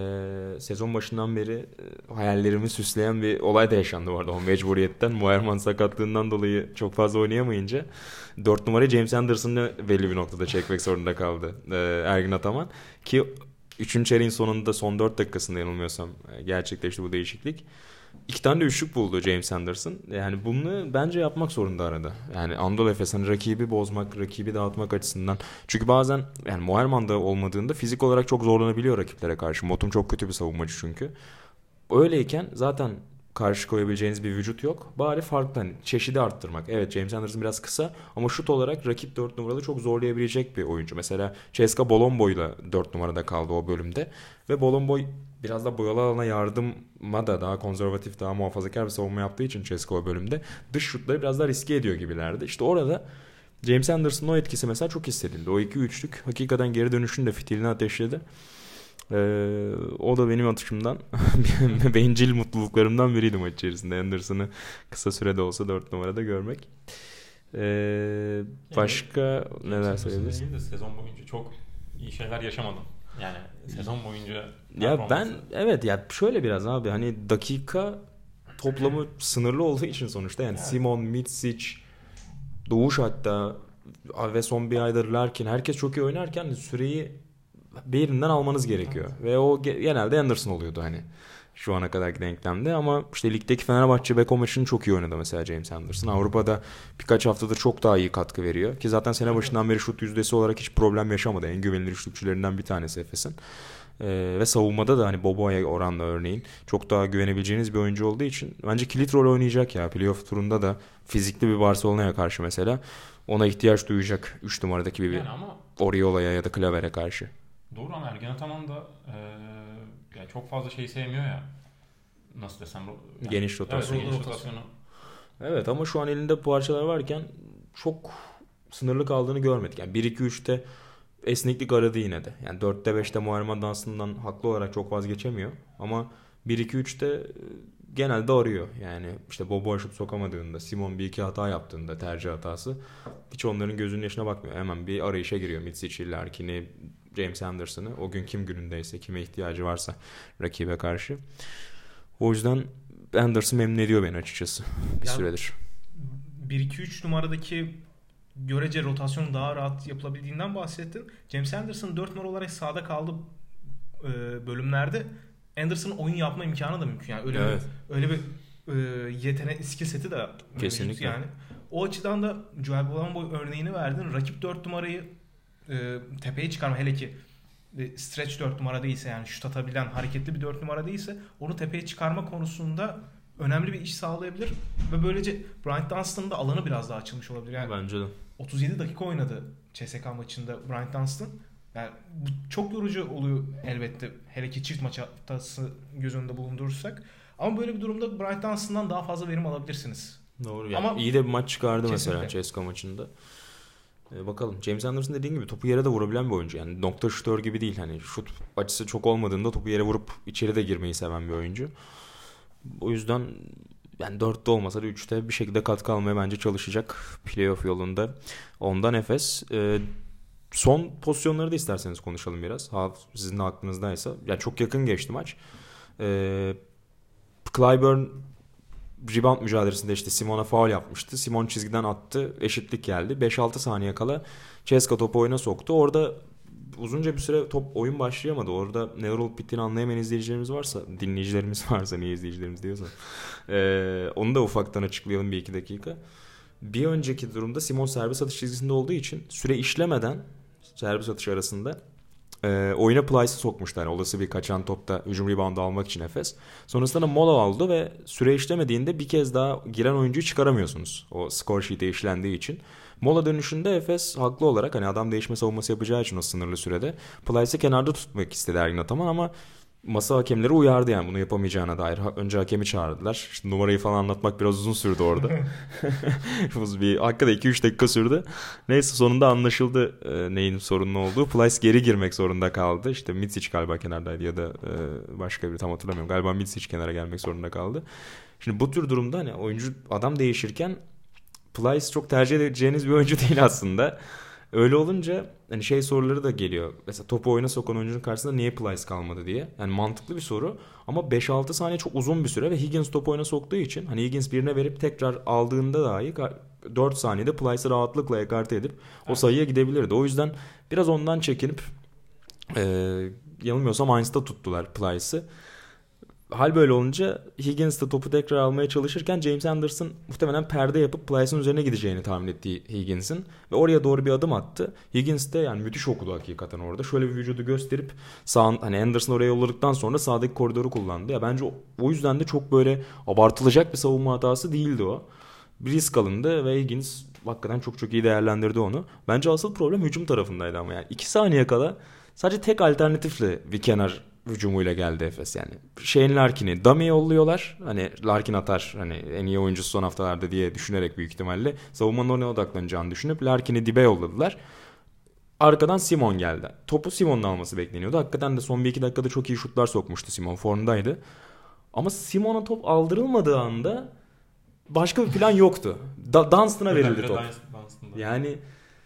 sezon başından beri hayallerimi süsleyen bir olay da yaşandı vardı o mecburiyetten. Muarman sakatlığından dolayı çok fazla oynayamayınca 4 numarayı James Anderson'ı belli bir noktada çekmek zorunda kaldı Ergin Ataman. Ki 3. çeyreğin sonunda son 4 dakikasında yanılmıyorsam gerçekleşti bu değişiklik. 2 tane de üçlük buldu James Anderson. Yani bunu bence yapmak zorunda arada. Yani Anadolu Efes'in rakibi bozmak, rakibi dağıtmak açısından. Çünkü bazen yani Muarman da olmadığında fizik olarak çok zorlanabiliyor rakiplere karşı. Motum çok kötü bir savunmacı çünkü. Öyleyken zaten karşı koyabileceğiniz bir vücut yok. Bari farklı hani çeşidi arttırmak. Evet James Anderson biraz kısa ama şut olarak rakip 4 numaralı çok zorlayabilecek bir oyuncu. Mesela CSKA Bolomboy'la 4 numarada kaldı o bölümde. Ve Bolomboy biraz da boyalı alana yardıma da daha konservatif, daha muhafazakar bir savunma yaptığı için CSKA o bölümde dış şutları biraz daha riske ediyor gibilerdi. İşte orada James Anderson'ın o etkisi mesela çok hissedildi. O 2-3'lük hakikaten geri dönüşün de fitilini ateşledi. O da benim atışımdan bencil mutluluklarımdan biriydi maç içerisinde. Anderson'ı kısa sürede olsa 4 numarada görmek. Başka neler söyleyebiliriz? Sezon boyunca çok iyi şeyler yaşamadım. Yani sezon boyunca ya ben evet ya şöyle biraz abi hani dakika toplamı sınırlı olduğu için sonuçta yani evet. Simon, Mitsic, Doğuş hatta ve son bir aydır Larkin herkes çok iyi oynarken süreyi birinden almanız gerekiyor. Evet. Ve o genelde Anderson oluyordu hani şu ana kadarki denklemde ama işte ligdeki Fenerbahçe Beko maçını çok iyi oynadı mesela James Anderson. Avrupa'da birkaç haftadır çok daha iyi katkı veriyor. Ki zaten sene başından beri şut yüzdesi olarak hiç problem yaşamadı. En güvenilir şutçülerinden bir tanesi Efes'in. Ve savunmada da hani Boboa'ya oranla örneğin çok daha güvenebileceğiniz bir oyuncu olduğu için bence kilit rol oynayacak ya. Playoff turunda da fizikli bir Barcelona'ya karşı mesela ona ihtiyaç duyacak 3 numaradaki bir yani Oriola'ya ya da Klaver'e karşı. Doğru ama Ergen Ataman da yani çok fazla şey sevmiyor ya. Nasıl desem? Yani, geniş rotasyon. Evet, geniş rotasyonu. Evet ama şu an elinde parçalar varken çok sınırlı kaldığını görmedik. Yani 1-2-3'te esneklik aradı yine de. Yani 4'te 5'te Muharrem dansından haklı olarak çok vazgeçemiyor. Ama 1-2-3'te genelde arıyor. Yani işte Bobo şut sokamadığında, Simon bir iki hata yaptığında tercih hatası hiç onların gözünün yaşına bakmıyor. Hemen bir arayışa giriyor. Mitsic'i, Larkin'i, James Anderson'ı. O gün kim günündeyse, kime ihtiyacı varsa rakibe karşı. O yüzden Anderson memnun ediyor beni açıkçası bir süredir. 1-2-3 numaradaki görece rotasyonun daha rahat yapılabildiğinden bahsettin. James Anderson 4 numara olarak sahada kaldı bölümlerde. Anderson'ın oyun yapma imkanı da mümkün. Yani öyle bir yetenek skill seti de kesinlikle. Yani o açıdan da Joel Bolambo örneğini verdin. Rakip 4 numarayı tepeye çıkarma, hele ki stretch 4 numara değilse, yani şut atabilen hareketli bir 4 numara değilse onu tepeye çıkarma konusunda önemli bir iş sağlayabilir ve böylece Bryant Dunstan'ın da alanı biraz daha açılmış olabilir. Yani bence de. 37 dakika oynadı CSKA maçında Bryant Dunstan. Yani bu çok yorucu oluyor elbette. Hele ki çift maç hatası göz önünde bulundurursak. Ama böyle bir durumda Bryant Dunstan'dan daha fazla verim alabilirsiniz. Doğru. Yani ama iyi de bir maç çıkardı mesela CSKA maçında. Bakalım. James Anderson dediğin gibi topu yere de vurabilen bir oyuncu. Yani nokta şutör gibi değil. Hani şut açısı çok olmadığında topu yere vurup içeri de girmeyi seven bir oyuncu. O yüzden yani 4'te olmasa da 3'te bir şekilde katkı almaya bence çalışacak playoff yolunda. Ondan Efes. Son pozisyonları da isterseniz konuşalım biraz. Sizin de aklınızdaysa. Yani çok yakın geçti maç. Clyburn rebound mücadelesinde işte Simon'a faul yapmıştı. Simon çizgiden attı. Eşitlik geldi. 5-6 saniye kala CSKA topu oyuna soktu. Orada uzunca bir süre top oyun başlayamadı. Orada neler olup bittiğini anlayamayan dinleyicilerimiz varsa niye izleyicilerimiz diyorsa onu da ufaktan açıklayalım bir iki dakika. Bir önceki durumda Simon serbest atış çizgisinde olduğu için süre işlemeden serbest atış arasında oyuna Plyce'ı sokmuşlar. Olası bir kaçan topta hücum reboundu almak için Efes. Sonrasında mola aldı ve süre işlemediğinde bir kez daha giren oyuncuyu çıkaramıyorsunuz. O score sheet'e işlendiği için. Mola dönüşünde Efes haklı olarak hani adam değişme savunması yapacağı için o sınırlı sürede Plyce'ı kenarda tutmak istedi Ergin Ataman ama masa hakemleri uyardı yani bunu yapamayacağına dair. Önce hakemi çağırdılar. İşte numarayı falan anlatmak biraz uzun sürdü orada. Hakikaten 2-3 dakika sürdü. Neyse sonunda anlaşıldı neyin sorunlu olduğu. Plyce geri girmek zorunda kaldı. İşte Mitsic galiba kenardaydı ya da başka biri tam hatırlamıyorum. Galiba Mitsic kenara gelmek zorunda kaldı. Şimdi bu tür durumda hani oyuncu adam değişirken Plyce çok tercih edeceğiniz bir oyuncu değil aslında. Öyle olunca hani soruları da geliyor. Mesela topu oyuna sokan oyuncunun karşısında niye Plyce kalmadı diye. Yani mantıklı bir soru ama 5-6 saniye çok uzun bir süre ve Higgins topu oyuna soktuğu için hani Higgins birine verip tekrar aldığında dahi 4 saniyede Plyce'ı rahatlıkla ekarte edip o sayıya gidebilirdi. O yüzden biraz ondan çekinip yanılmıyorsam Mainz'da tuttular Plyce'ı. Hal böyle olunca Higgins de topu tekrar almaya çalışırken James Anderson muhtemelen perde yapıp Plyce'ın üzerine gideceğini tahmin ettiği Higgins'in ve oraya doğru bir adım attı. Higgins de yani müthiş okudu hakikaten orada. Şöyle bir vücudu gösterip hani Anderson oraya yolladıktan sonra sağdaki koridoru kullandı. Ya bence o yüzden de çok böyle abartılacak bir savunma hatası değildi o. Bir risk alındı ve Higgins hakikaten çok çok iyi değerlendirdi onu. Bence asıl problem hücum tarafındaydı ama yani 2 saniye kala sadece tek alternatifle bir kenar hücumuyla geldi Efes yani. Shane Larkin'i dummy yolluyorlar. Hani Larkin atar hani en iyi oyuncusu son haftalarda diye düşünerek büyük ihtimalle savunmanın oraya odaklanacağını düşünüp Larkin'i dibe yolladılar. Arkadan Simon geldi. Topu Simon'un alması bekleniyordu. Hakikaten de son 1-2 dakikada çok iyi şutlar sokmuştu Simon. Formdaydı. Ama Simon'a top aldırılmadığı anda başka bir plan yoktu. Dunstan'a verildi top. Yani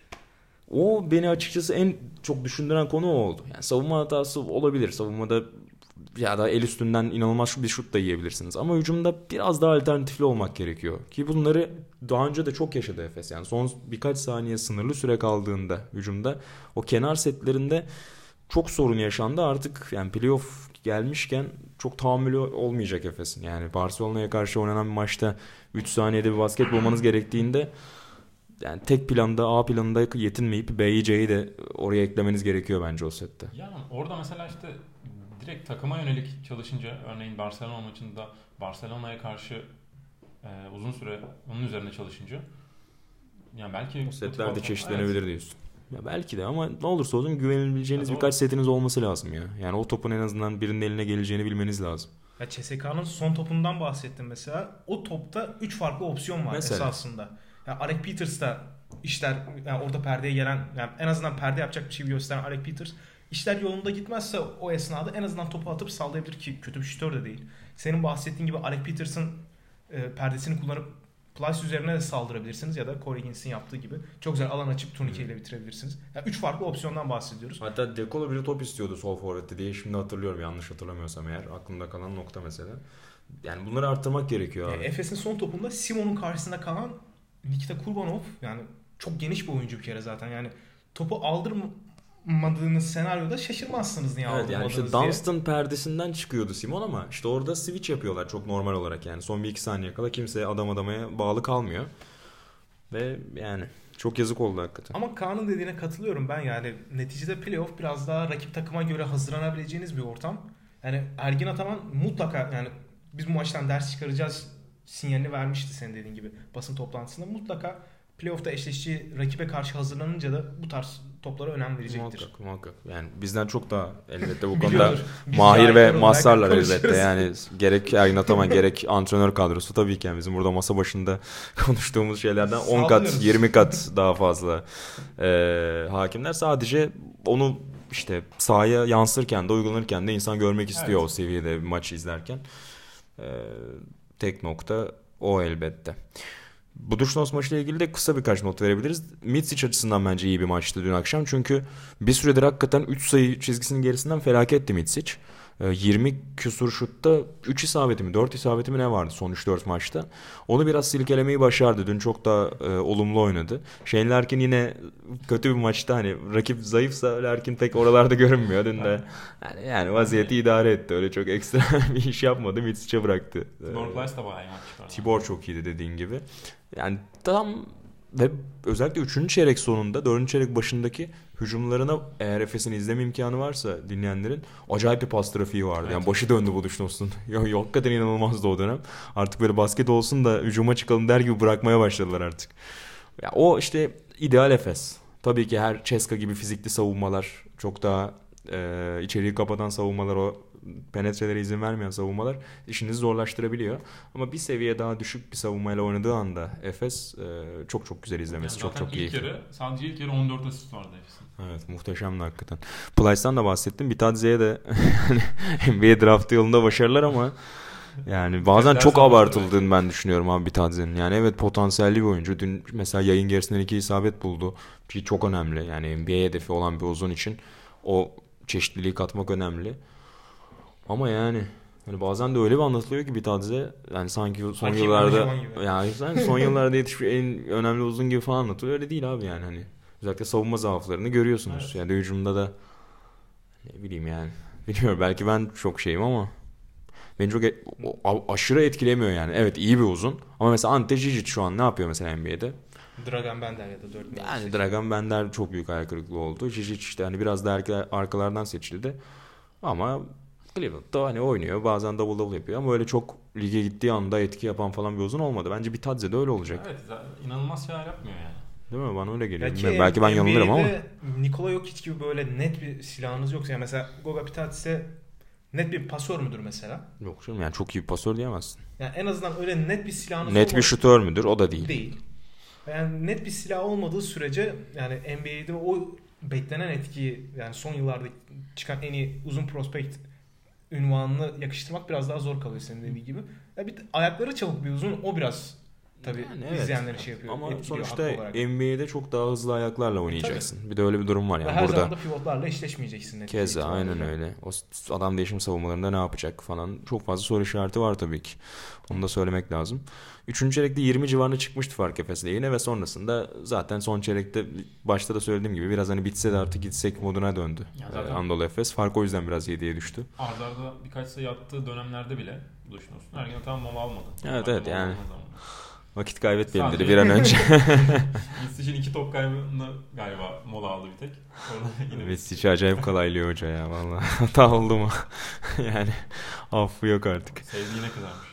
o beni açıkçası en çok düşündüren konu o oldu. Yani savunma hatası olabilir. Savunmada ya da el üstünden inanılmaz bir şut da yiyebilirsiniz. Ama hücumda biraz daha alternatifli olmak gerekiyor. Ki bunları daha önce de çok yaşadı Efes. Yani son birkaç saniye sınırlı süre kaldığında hücumda o kenar setlerinde çok sorun yaşandı. Artık yani playoff gelmişken çok tahammülü olmayacak Efes'in. Yani Barcelona'ya karşı oynanan bir maçta 3 saniyede bir basket bulmanız gerektiğinde yani tek planda A planında yetinmeyip B'yi C'yi de oraya eklemeniz gerekiyor bence o sette. Yani orada mesela işte direkt takıma yönelik çalışınca örneğin Barcelona maçında Barcelona'ya karşı uzun süre onun üzerine çalışınca yani belki o setlerde çeşitlenebilir diyorsun. Ya belki de ama ne olursa olsun güvenebileceğiniz birkaç setiniz olması lazım ya. Yani o topun en azından birinin eline geleceğini bilmeniz lazım. Ya CSK'nın son topundan bahsettim mesela. O topta 3 farklı opsiyon var mesela esasında. Yani Alec Peters'ta işler yani orada perdeye gelen yani en azından perde yapacak bir şey gösteren Alec Peters işler yolunda gitmezse o esnada en azından topu atıp sallayabilir ki kötü bir şütör de değil. Senin bahsettiğin gibi Alec Peters'ın perdesini kullanıp Plyce üzerine de saldırabilirsiniz ya da Corey Higgins yaptığı gibi çok güzel alan açıp turnikeyle bitirebilirsiniz. Yani 3 farklı opsiyondan bahsediyoruz. Hatta De Colo bir top istiyordu sol forvette diye şimdi hatırlıyorum yanlış hatırlamıyorsam eğer aklımda kalan nokta mesela. Yani bunları arttırmak gerekiyor abi. Efes'in son topunda Simon'un karşısında kalan Nikita Kurbanov yani çok geniş bir oyuncu bir kere zaten yani topu aldırmadığınız senaryoda şaşırmazsınız niye evet, yani işte diye. Dunstan perdesinden çıkıyordu Simon ama işte orada switch yapıyorlar çok normal olarak yani son 1-2 saniye kala kimse adam adamaya bağlı kalmıyor ve yani çok yazık oldu hakikaten. Ama Kaan'ın dediğine katılıyorum ben yani neticede playoff biraz daha rakip takıma göre hazırlanabileceğiniz bir ortam. Yani Ergin Ataman mutlaka yani biz bu maçtan ders çıkaracağız sinyalini vermişti senin dediğin gibi basın toplantısında. Mutlaka playoff'ta eşleştiği rakibe karşı hazırlanınca da bu tarz toplara önem verecektir. Muhakkak. Yani bizden çok daha elbette bu konuda mahir ve mazharlar elbette. Yani gerek Ergin Ataman gerek antrenör kadrosu tabii ki yani bizim burada masa başında konuştuğumuz şeylerden 10 kat 20 kat daha fazla hakimler. Sadece onu işte sahaya yansırken de uygulanırken de insan görmek istiyor o seviyede bir maçı izlerken. Tek nokta o elbette. Budućnost maçıyla ilgili de kısa birkaç not verebiliriz. Micic açısından bence iyi bir maçtı dün akşam. Çünkü bir süredir hakikaten 3 sayı çizgisinin gerisinden felaketti Micic. 20 küsur şutta 3 isabeti mi 4 isabeti mi ne vardı son 3-4 maçta. Onu biraz silkelemeyi başardı. Dün çok da olumlu oynadı. Shane Larkin yine kötü bir maçta hani rakip zayıfsa Larkin pek oralarda görünmüyor. Dün de yani vaziyeti idare etti. Öyle çok ekstra bir iş yapmadı. Micic'e bıraktı. Tibor Plyce da bayağı iyi maç çıkardı. Tibor çok iyiydi dediğin gibi. Yani tam ve özellikle 3. çeyrek sonunda 4. çeyrek başındaki hücumlarına eğer Efes'in izleme imkanı varsa dinleyenlerin acayip bir pas trafiği vardı. Evet. Yani başı döndü Budućnost'un. Hakikaten inanılmazdı o dönem. Artık böyle basket olsun da hücuma çıkalım der gibi bırakmaya başladılar artık. Ya o işte ideal Efes. Tabii ki her CSKA gibi fizikli savunmalar çok daha içeriği kapatan savunmalar o penetrelere izin vermeyen savunmalar işinizi zorlaştırabiliyor. Ama bir seviye daha düşük bir savunmayla oynadığı anda Efes çok çok güzel izlemesi. Yani çok keyifli. Sadece ilk yarı 14 asist vardı Efes'in. Evet muhteşemdi hakikaten. Plyce'dan da bahsettim. Bitadze'ye de NBA draftı yolunda başarılar ama yani bazen çok abartıldığını ben düşünüyorum abi Bitadze'nin. Yani evet potansiyelli bir oyuncu. Dün mesela yayın gerisinden 2 isabet buldu. Ki çok önemli. Yani NBA hedefi olan bir uzun için o çeşitliliği katmak önemli. Ama yani bazen de öyle bir anlatılıyor ki Bitadze yani sanki son yıllarda yani son yıllarda yetişmiş en önemli uzun gibi falan anlatılıyor. Öyle değil abi yani hani özellikle savunma zaaflarını görüyorsunuz. Evet. Yani hücumda da ne bileyim yani bilmiyorum belki ben çok şeyim ama beni çok aşırı etkilemiyor yani. Evet iyi bir uzun ama mesela Ante Žižić şu an ne yapıyor mesela NBA'de? Dragan Bender ya da 4 yani Dragan Bender çok büyük hayal kırıklığı oldu. Žižić işte hani biraz da arkalardan seçildi. Ama Cleveland'da hani oynuyor. Bazen double double yapıyor ama öyle çok lige gittiği anda etki yapan falan bir uzun olmadı. Bence Bitadze de öyle olacak. Evet, inanılmaz şeyler yapmıyor yani. Değil mi? Bana öyle geliyor. Belki ben yanılırım ama. Nikola Jokic gibi böyle net bir silahınız yoksa yani mesela Goga Bitadze net bir pasör müdür mesela? Yok canım yani çok iyi bir pasör diyemezsin. Yani en azından öyle net bir silahınız net bir şutör müdür? O da değil. Değil. Yani net bir silah olmadığı sürece yani NBA'de o beklenen etkiyi, yani son yıllarda çıkan en iyi uzun prospekt ünvanını yakıştırmak biraz daha zor kalıyor senin dediğin gibi. Ya bir ayakları çabuk bir uzun, o biraz tabii Yani evet. izleyenleri şey yapıyor. Ama etkiliyor sonuçta haklı olarak. NBA'de çok daha hızlı ayaklarla oynayacaksın. Bir de öyle bir durum var Ve yani her burada. zaman da pivotlarla eşleşmeyeceksin. Keza aynen öyle. O adam değişim savunmalarında ne yapacak falan. Çok fazla soru işareti var tabii ki. Onu da söylemek lazım. Üçüncü çeyrekte 20 civarına çıkmıştı fark Efes'le yine ve sonrasında zaten son çeyrekte başta da söylediğim gibi biraz hani bitse de artık gitsek moduna döndü. Anadolu Efes. Fark o yüzden biraz 7'ye düştü. Arda arda birkaç sayı attığı dönemlerde bile düşünüyorsun. Ergin Ataman mola almadı. Evet yani. Vakit kaybetmeyelim dedi bir an önce. Misic'in 2 top kaybını galiba mola aldı bir tek. Misic'i acayip kolaylıyor hoca ya vallahi. Hata oldu mu? Yani affı yok artık. Sevdiğine kızarmış.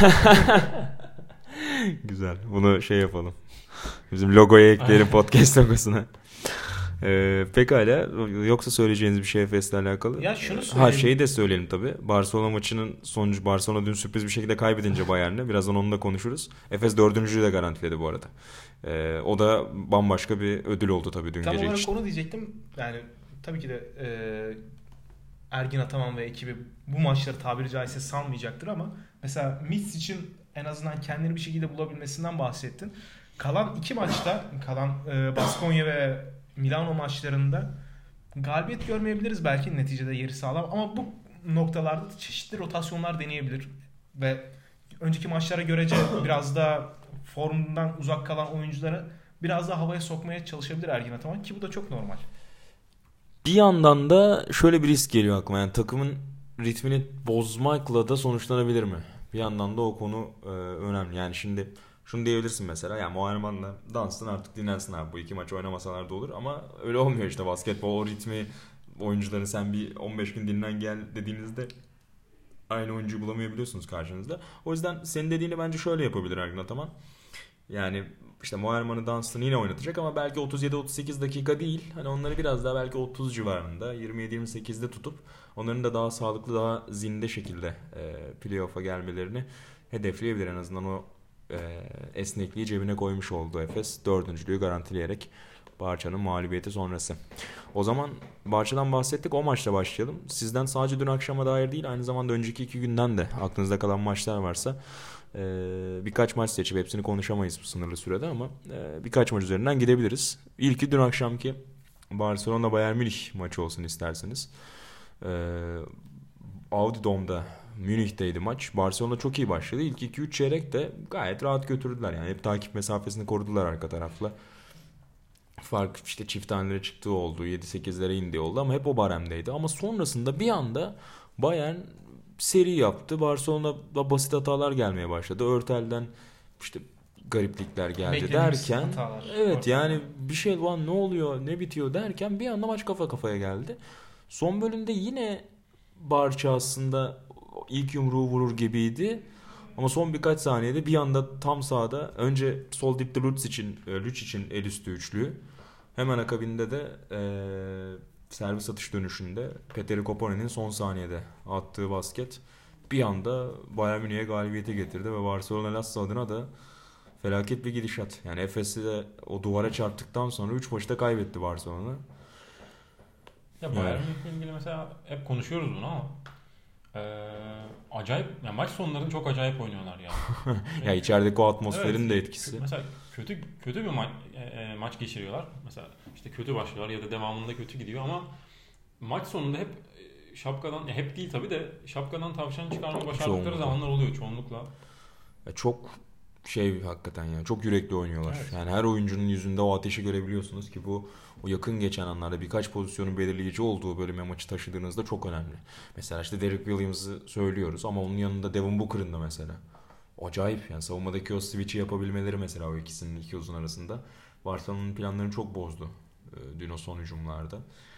Güzel. Bunu şey yapalım. Bizim logoya ekleyelim podcast logosuna. Pekala. Yoksa söyleyeceğiniz bir şey Efes'le alakalı? Ya şunu söyleyeyim. Şeyi de söyleyelim tabii. Barcelona maçının sonucu, Barcelona dün sürpriz bir şekilde kaybedince Bayern'le. Birazdan onu da konuşuruz. Efes 4.'ü de garantiledi bu arada. O da bambaşka bir ödül oldu tabii dün tam gece için. Tam olarak onu diyecektim. Yani tabii ki de Ergin Ataman ve ekibi bu maçları tabiri caizse salmayacaktır ama mesela Mitch için en azından kendini bir şekilde bulabilmesinden bahsettin. Kalan iki maçta, Baskonya ve Milano maçlarında galibiyet görmeyebiliriz belki, neticede yeri sağlam, ama bu noktalarda çeşitli rotasyonlar deneyebilir ve önceki maçlara görece biraz daha formdan uzak kalan oyuncuları biraz daha havaya sokmaya çalışabilir Ergin Ataman, ki bu da çok normal. Bir yandan da şöyle bir risk geliyor aklıma, yani takımın ritmini bozmakla da sonuçlanabilir mi? Bir yandan da o konu önemli. Yani şimdi şunu diyebilirsin mesela, yani Moerman'la Dunstan artık dinlensin abi, bu iki maç oynamasalar da olur, ama öyle olmuyor işte basketbol. O ritmi, oyuncuların sen bir 15 gün dinlen gel dediğinizde aynı oyuncuyu bulamayabiliyorsunuz karşınızda. O yüzden senin dediğini bence şöyle yapabilir Ergin Ataman. Yani işte Moerman'ı, Dunstan'ı yine oynatacak ama belki 37-38 dakika değil. Hani onları biraz daha belki 30 civarında, 27-28'de tutup onların da daha sağlıklı, daha zinde şekilde playoff'a gelmelerini hedefleyebilir. En azından o esnekliği cebine koymuş oldu Efes. Dördüncülüğü garantileyerek Barça'nın mağlubiyeti sonrası. O zaman Barça'dan bahsettik. O maçla başlayalım. Sizden sadece dün akşama dair değil, aynı zamanda önceki 2 günden de aklınızda kalan maçlar varsa birkaç maç seçip, hepsini konuşamayız bu sınırlı sürede ama birkaç maç üzerinden gidebiliriz. İlki dün akşamki Barcelona Bayern Münih maçı olsun isterseniz. Audi Dome'da, Münih'teydi maç. Barcelona çok iyi başladı. İlk 2-3 çeyrek de gayet rahat götürdüler. Yani hep takip mesafesini korudular arka tarafla. Fark işte çift tanelere çıktığı oldu. 7-8'lere indiği oldu ama hep o baremdeydi. Ama sonrasında bir anda Bayern seri yaptı. Barcelona'da basit hatalar gelmeye başladı. Örtel'den işte gariplikler geldi derken, evet yani bir şey ne oluyor, ne bitiyor derken bir anda maç kafa kafaya geldi. Son bölümde yine Barça aslında ilk yumruğu vurur gibiydi. Ama son birkaç saniyede bir anda tam sahada önce sol dipte Luc için el üstü üçlü. Hemen akabinde de servis atış dönüşünde Petteri Koponen'in son saniyede attığı basket bir anda Bayern Münih'e galibiyete getirdi ve Barcelona Lasso adına da felaket bir gidişat. Yani Efes'i de o duvara çarptıktan sonra 3 maçta kaybetti Barcelona. Ya Bayern Münih'le ilgili mesela hep konuşuyoruz bunu ama acayip, yani maç sonlarını çok acayip oynuyorlar ya. Ya içerideki o atmosferin de etkisi. Mesela kötü bir maç geçiriyorlar. Mesela işte kötü başlıyorlar ya da devamında kötü gidiyor ama maç sonunda hep şapkadan, hep değil tabii de şapkadan tavşan çıkarma başardıkları zamanlar oluyor çoğunlukla. Ya çok hakikaten ya, çok yürekli oynuyorlar. Evet. Yani her oyuncunun yüzünde o ateşi görebiliyorsunuz ki bu o yakın geçen anlarda birkaç pozisyonun belirleyici olduğu bölüme maçı taşıdığınızda çok önemli. Mesela işte Derek Williams'ı söylüyoruz ama onun yanında Devin Booker'ın da mesela. Acayip yani savunmadaki o switch'i yapabilmeleri mesela o ikisinin, iki uzun arasında. Barcelona'nın planlarını çok bozdu dün o son hücumlarda.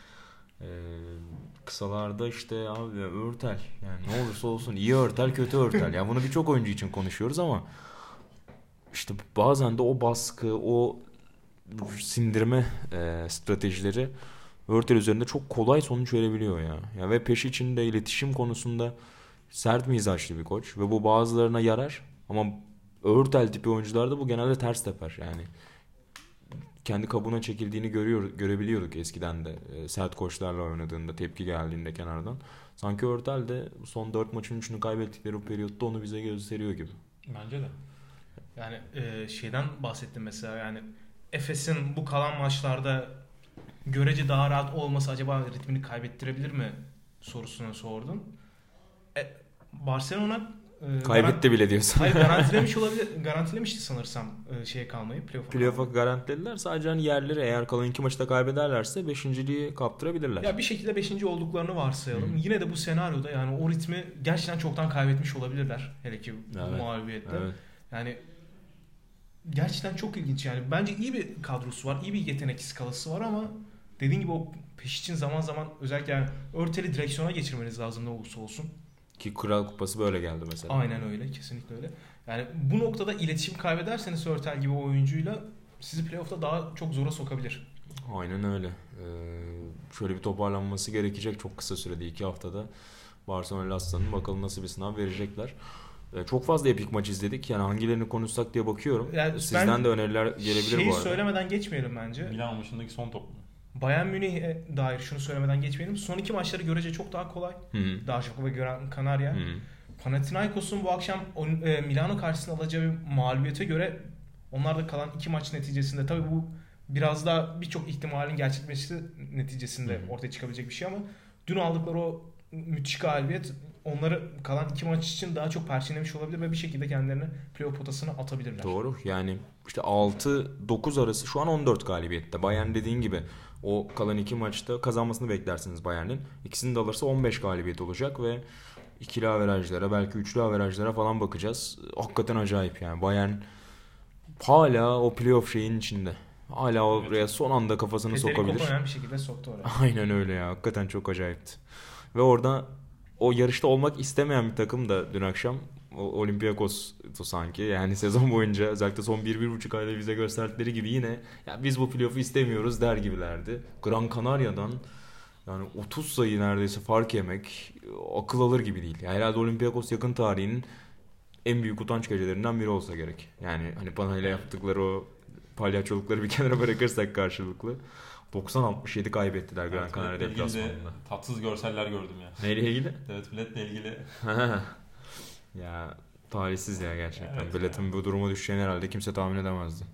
Kısalarda işte abi Örtel, yani ne olursa olsun iyi Örtel kötü Örtel. Yani bunu birçok oyuncu için konuşuyoruz ama işte bazen de o baskı, o sindirme stratejileri Örtel üzerinde çok kolay sonuç verebiliyor ya. Ya ve peş içinde iletişim konusunda sert mizaçlı bir koç ve bu bazılarına yarar ama Örtel tipi oyuncularda bu genelde ters teper. Yani kendi kabuğuna çekildiğini görebiliyorduk eskiden de. Sert koçlarla oynadığında, tepki geldiğinde kenardan. Sanki Örtel de son 4 maçın 3'ünü kaybettikleri o periyotta onu bize gösteriyor gibi. Bence de. Yani şeyden bahsettim mesela, yani Efes'in bu kalan maçlarda görece daha rahat olması acaba ritmini kaybettirebilir mi sorusunu sordun. Barcelona kaybetti bile diyorsun. Hayır, garantilemişti sanırsam şeye kalmayı, playoff'a garantilediler. Sadece hani yerleri eğer kalan 2 maçta kaybederlerse 5.'liği kaptırabilirler. Ya bir şekilde 5. olduklarını varsayalım. Yine de bu senaryoda yani o ritmi gerçekten çoktan kaybetmiş olabilirler. Hele ki bu mağlubiyette. Evet. Yani gerçekten çok ilginç yani. Bence iyi bir kadrosu var. İyi bir yetenek skalası var ama dediğin gibi o peş için zaman zaman özellikle yani Örtel'i direksiyona geçirmeniz lazım ne olursa olsun. Ki Kral Kupası böyle geldi mesela. Aynen öyle. Kesinlikle öyle. Yani bu noktada iletişim kaybederseniz Örtel gibi oyuncuyla sizi playoff'ta daha çok zora sokabilir. Aynen öyle. Şöyle bir toparlanması gerekecek çok kısa sürede, 2 haftada. Barcelona Aslan'ın bakalım nasıl bir sınav verecekler. Çok fazla epik maç izledik. Yani hangilerini konuşsak diye bakıyorum. Yani sizden de öneriler gelebilir bu arada. Şeyi söylemeden geçmeyelim bence. Milan maçındaki son top mu? Bayern Münih'e dair şunu söylemeden geçmeyelim. Son 2 maçları görece çok daha kolay. Darüşşafaka ve Gran Canaria. Panathinaikos'un bu akşam Milano karşısında alacağı bir mağlubiyete göre onlar da kalan 2 maç neticesinde, tabii bu biraz daha birçok ihtimalin gerçekleşmesi neticesinde ortaya çıkabilecek bir şey ama dün aldıkları o müthiş galibiyet onları kalan 2 maç için daha çok perçinlemiş olabilir ve bir şekilde kendilerini playoff potasına atabilirler. Doğru. Yani işte 6-9 arası şu an 14 galibiyette. Bayern dediğin gibi o kalan 2 maçta kazanmasını beklersiniz Bayern'in. İkisini de alırsa 15 galibiyet olacak ve ikili averajlara, belki üçlü averajlara falan bakacağız. Hakikaten acayip yani. Bayern hala o playoff şeyin içinde. Hala oraya son anda kafasını sokabilir. Federico bir şekilde soktu oraya. Aynen öyle ya. Hakikaten çok acayipti. Ve orada o yarışta olmak istemeyen bir takım da dün akşam Olympiakos'tu sanki. Yani sezon boyunca özellikle son 1-1,5 ayda bize gösterdikleri gibi yine ya biz bu playoff'u istemiyoruz der gibilerdi. Gran Canaria'dan yani 30 sayı neredeyse fark yemek akıl alır gibi değil. Yani herhalde Olympiakos yakın tarihinin en büyük utanç gecelerinden biri olsa gerek. Yani hani Panay'la yaptıkları o palyaçolukları bir kenara bırakırsak karşılıklı. 90-67 kaybettiler Gran Canaria deplasmanında. Tatsız görseller gördüm ya. Neyle ilgili? Evet, biletle ilgili. Ya talihsiz ya gerçekten. Evet, Biletin bu duruma düşeceğini herhalde kimse tahmin edemezdi.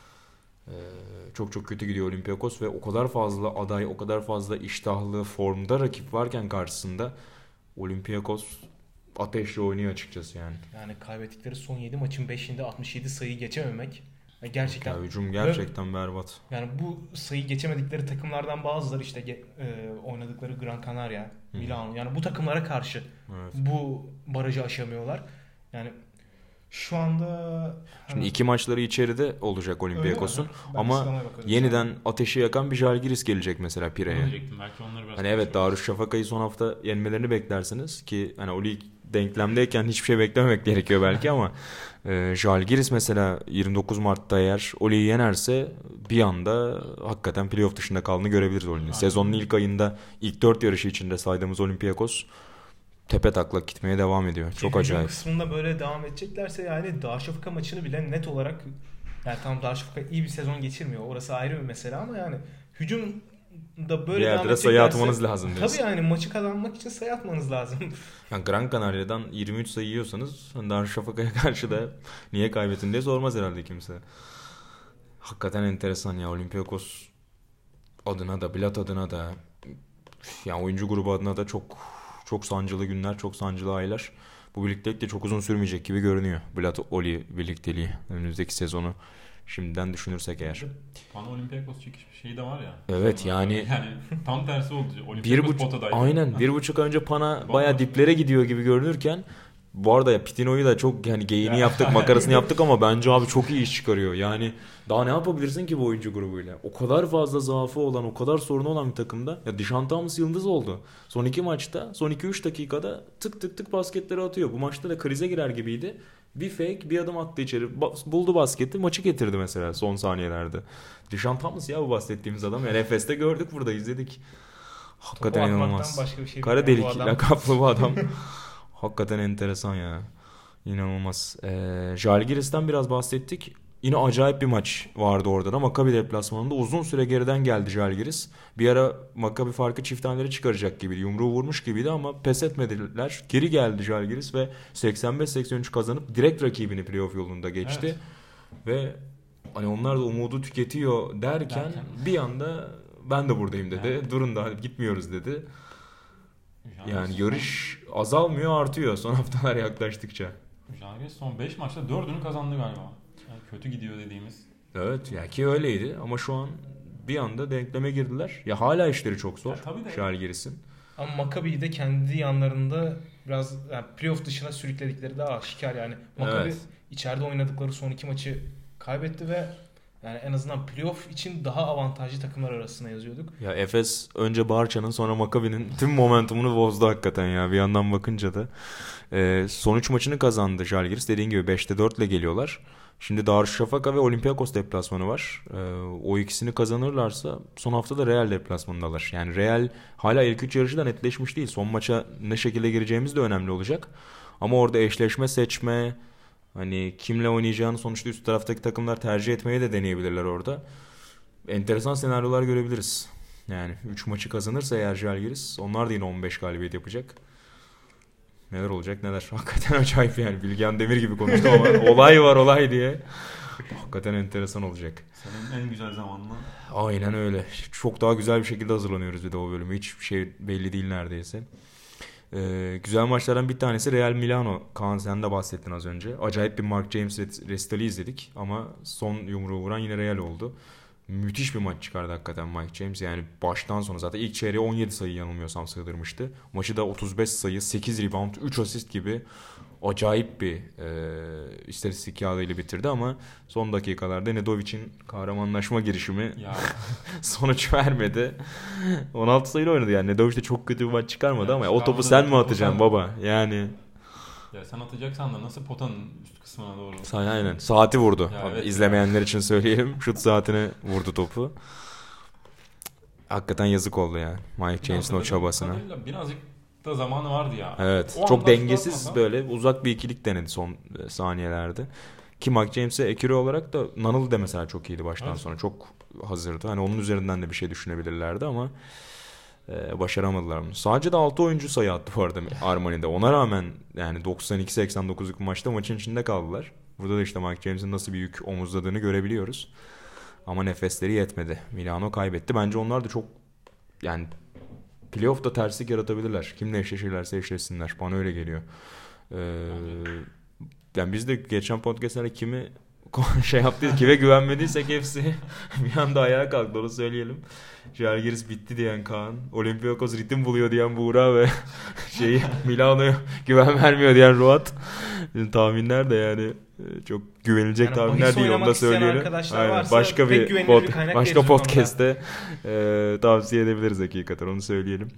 Çok çok kötü gidiyor Olympiakos ve o kadar fazla aday, o kadar fazla iştahlı formda rakip varken karşısında Olympiakos ateşle oynuyor açıkçası yani. Yani kaybettikleri son 7 maçın 5'inde 67 sayı geçememek gerçekten. Ya hücum gerçekten berbat. Yani bu sayı geçemedikleri takımlardan bazıları işte oynadıkları Gran Canaria, Milano, yani bu takımlara karşı bu barajı aşamıyorlar. Yani şu anda şimdi 2 maçları içeride olacak Olympiakos'un ama yeniden ateşi yakan bir Žalgiris gelecek mesela Pire'ye. Hani evet, Darüşşafaka'yı son hafta yenmelerini beklersiniz ki hani o lig denklemdeyken hiçbir şey beklememek gerekiyor belki ama Žalgiris mesela 29 Mart'ta eğer Oli'yi yenerse bir anda hakikaten playoff dışında kaldığını görebiliriz Oli'nin. Sezonun ilk ayında ilk 4 yarışı içinde saydığımız Olympiakos tepe taklak gitmeye devam ediyor. Çok acayip. Kısmında böyle devam edeceklerse yani Darüşşafaka maçını bile net olarak, yani tam Darüşşafaka iyi bir sezon geçirmiyor. Orası ayrı bir mesele ama yani hücum da böyle bir yerde sayı atmanız lazım diyorsun. Tabii yani maçı kazanmak için sayı atmanız lazım. Yani Gran Canaria'dan 23 sayı yiyorsanız Darüşşafaka'ya karşı da niye kaybettin diye sormaz herhalde kimse. Hakikaten enteresan ya, Olympiakos adına da Bilat adına da yani oyuncu grubu adına da çok sancılı günler, çok sancılı aylar. Bu birliktelik de çok uzun sürmeyecek gibi görünüyor. Bilat-Oli birlikteliği önümüzdeki sezonu şimdiden düşünürsek eğer. Bana Olympiakos çekiş bir şey de var ya. Evet yani tam tersi oldu. Olympiakos potadaydı. Aynen 1,5 önce Pana bayağı diplere gidiyor gibi görünürken bu arada ya Pitino'yu da çok yani geyiğini yaptık, makarasını yaptık ama bence abi çok iyi iş çıkarıyor. Yani daha ne yapabilirsin ki bu oyuncu grubuyla? O kadar fazla zaafı olan, o kadar sorunu olan bir takımda. Ya Dishon Thomas yıldız oldu. Son 2 maçta, son 2-3 dakikada tık tık tık basketleri atıyor. Bu maçta da krize girer gibiydi. Bir fake, bir adım attı içeri. Buldu basketi, maçı getirdi mesela son saniyelerde. Dishon Thomas ya bu bahsettiğimiz adam. Yani Efes'te gördük, burada izledik. Hakikaten inanılmaz. Kara delik lakaplı bu adam. Hakikaten enteresan ya. İnanılmaz. Žalgiris'ten biraz bahsettik. yine acayip bir maç vardı orada da. Maccabi deplasmanında uzun süre geriden geldi Žalgiris. Bir ara Maccabi farkı çift tanelere çıkaracak gibiydi. Yumruğu vurmuş gibiydi ama pes etmediler. Geri geldi Žalgiris ve 85-83 kazanıp direkt rakibini playoff yolunda geçti. Evet. Ve hani onlar da umudu tüketiyor derken bir anda ben de buradayım dedi. Evet. Durun da hadi gitmiyoruz dedi. Yani yarış azalmıyor, artıyor son haftalar yaklaştıkça. Žalgiris son 5 maçta 4'ünü kazandı galiba. Yani kötü gidiyor dediğimiz. Evet ya, ki öyleydi ama şu an bir anda denkleme girdiler. Ya hala işleri çok zor. Tabii de. Žalgiris'in. Ama Maccabi'yi de kendi yanlarında biraz yani playoff dışına sürükledikleri de aşikar yani. Maccabi içeride oynadıkları son 2 maçı kaybetti ve yani en azından playoff için daha avantajlı takımlar arasına yazıyorduk. Ya Efes önce Barça'nın sonra Maccabi'nin tüm momentumunu bozdu hakikaten ya, bir yandan bakınca da. Son 3 maçını kazandı Žalgiris. Dediğin gibi 5'te 4 ile geliyorlar. Şimdi Darüşşafaka ve Olympiakos deplasmanı var. O ikisini kazanırlarsa son hafta da Real deplasmanındalar. Yani Real hala ilk 3 yarışı da netleşmiş değil. Son maça ne şekilde gireceğimiz de önemli olacak. Ama orada eşleşme seçme, hani kimle oynayacağını sonuçta üst taraftaki takımlar tercih etmeyi de deneyebilirler orada. Enteresan senaryolar görebiliriz. Yani 3 maçı kazanırsa eğer Žalgiris, onlar da yine 15 galibiyet yapacak. Neler olacak neler. Hakikaten acayip yani. Bilgehan Demir gibi konuştum ama olay var olay diye. Hakikaten enteresan olacak. Senin en güzel zamanla. Aynen öyle. Çok daha güzel bir şekilde hazırlanıyoruz bir de o bölümü. Hiçbir şey belli değil neredeyse. Güzel maçlardan bir tanesi Real Milano. Kaan, sen de bahsettin az önce. Acayip bir Mark James resitali izledik ama son yumruğu vuran yine Real oldu. Müthiş bir maç çıkardı hakikaten Mike James. Yani baştan sona zaten ilk çeyreğe 17 sayı yanılmıyorsam sığdırmıştı. Maçı da 35 sayı, 8 rebound, 3 asist gibi acayip bir istatistik yağıyla bitirdi ama son dakikalarda Nedovic'in kahramanlaşma girişimi sonuç vermedi. 16 sayıyla oynadı yani. Nedovic de çok kötü bir maç çıkarmadı ama o topu sen mi atacaksın baba? Yani ya sen atacaksan da nasıl potanın üst kısmına doğru? Aynen. Saati vurdu. Evet, İzlemeyenler için söyleyelim. Şut saatine vurdu topu. Hakikaten yazık oldu yani. Mike James'in o çabasına. Birazcık da zamanı vardı ya. Evet. Çok dengesiz böyle uzak bir ikilik denedi son saniyelerde. Ki Mike James'e ekürü olarak da Nunnally de mesela çok iyiydi baştan sonra. Çok hazırdı. Hani onun üzerinden de bir şey düşünebilirlerdi ama başaramadılar bunu. Sadece de 6 oyuncu sayı attı bu arada Armani'de. Ona rağmen yani 92-89'luk maçta maçın içinde kaldılar. Burada da işte Mike James'in nasıl bir yük omuzladığını görebiliyoruz. Ama nefesleri yetmedi. Milano kaybetti. Bence onlar da çok yani playoff'ta terslik yaratabilirler. Kimle eşleşirlerse eşleşsinler. Bana öyle geliyor. Yani biz de geçen podcast'larda kimi şey yaptıysak, kime güvenmediysek hepsi bir anda ayağa kalktı, onu söyleyelim. Žalgiris bitti diyen Kaan, Olympiakos ritim buluyor diyen Buğra ve Milano'ya güven vermiyor diyen Ruat. Bizim tahminler de yani çok güvenilecek yani tahminler değil, onu da söyleyelim. Aynen. Başka podcast'te tavsiye edebiliriz hakikaten, onu söyleyelim.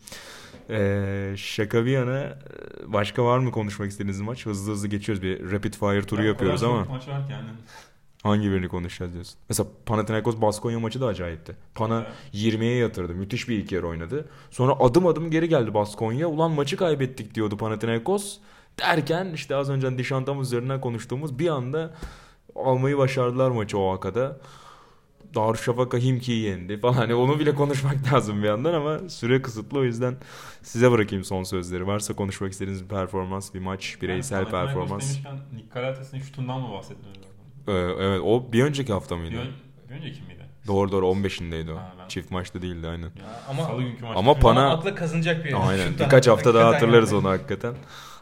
Şaka bir yana, başka var mı konuşmak istediğiniz maç? Hızlı hızlı geçiyoruz, bir rapid fire turu yapıyoruz ama. Maç var ki yani. Hangi birini konuşacağız diyorsun? Mesela Panathinaikos Baskonya maçı da acayipti. Pana 20'ye yatırdı. Müthiş bir ilk yarı oynadı. Sonra adım adım geri geldi Baskonya. Ulan maçı kaybettik diyordu Panathinaikos. Derken işte az önce Dişan Tam üzerinden konuştuğumuz bir anda almayı başardılar maçı o hakada. Darüşşafaka Himki'yi yendi falan. Hani onu bile konuşmak lazım bir yandan ama süre kısıtlı, o yüzden size bırakayım son sözleri. Varsa konuşmak istediğiniz bir performans, bir maç, bireysel yani performans. Demişken Nick Galates'in şutundan mı bahsetmiyoruz? Evet, o bir önceki hafta mıydı? Bir önceki miydi? Doğru 15'indeydi o. Çift maçta değildi aynen. Ya, ama Pana akla kazınacak bir. Aynen. Birkaç hafta daha hatırlarız onu hakikaten.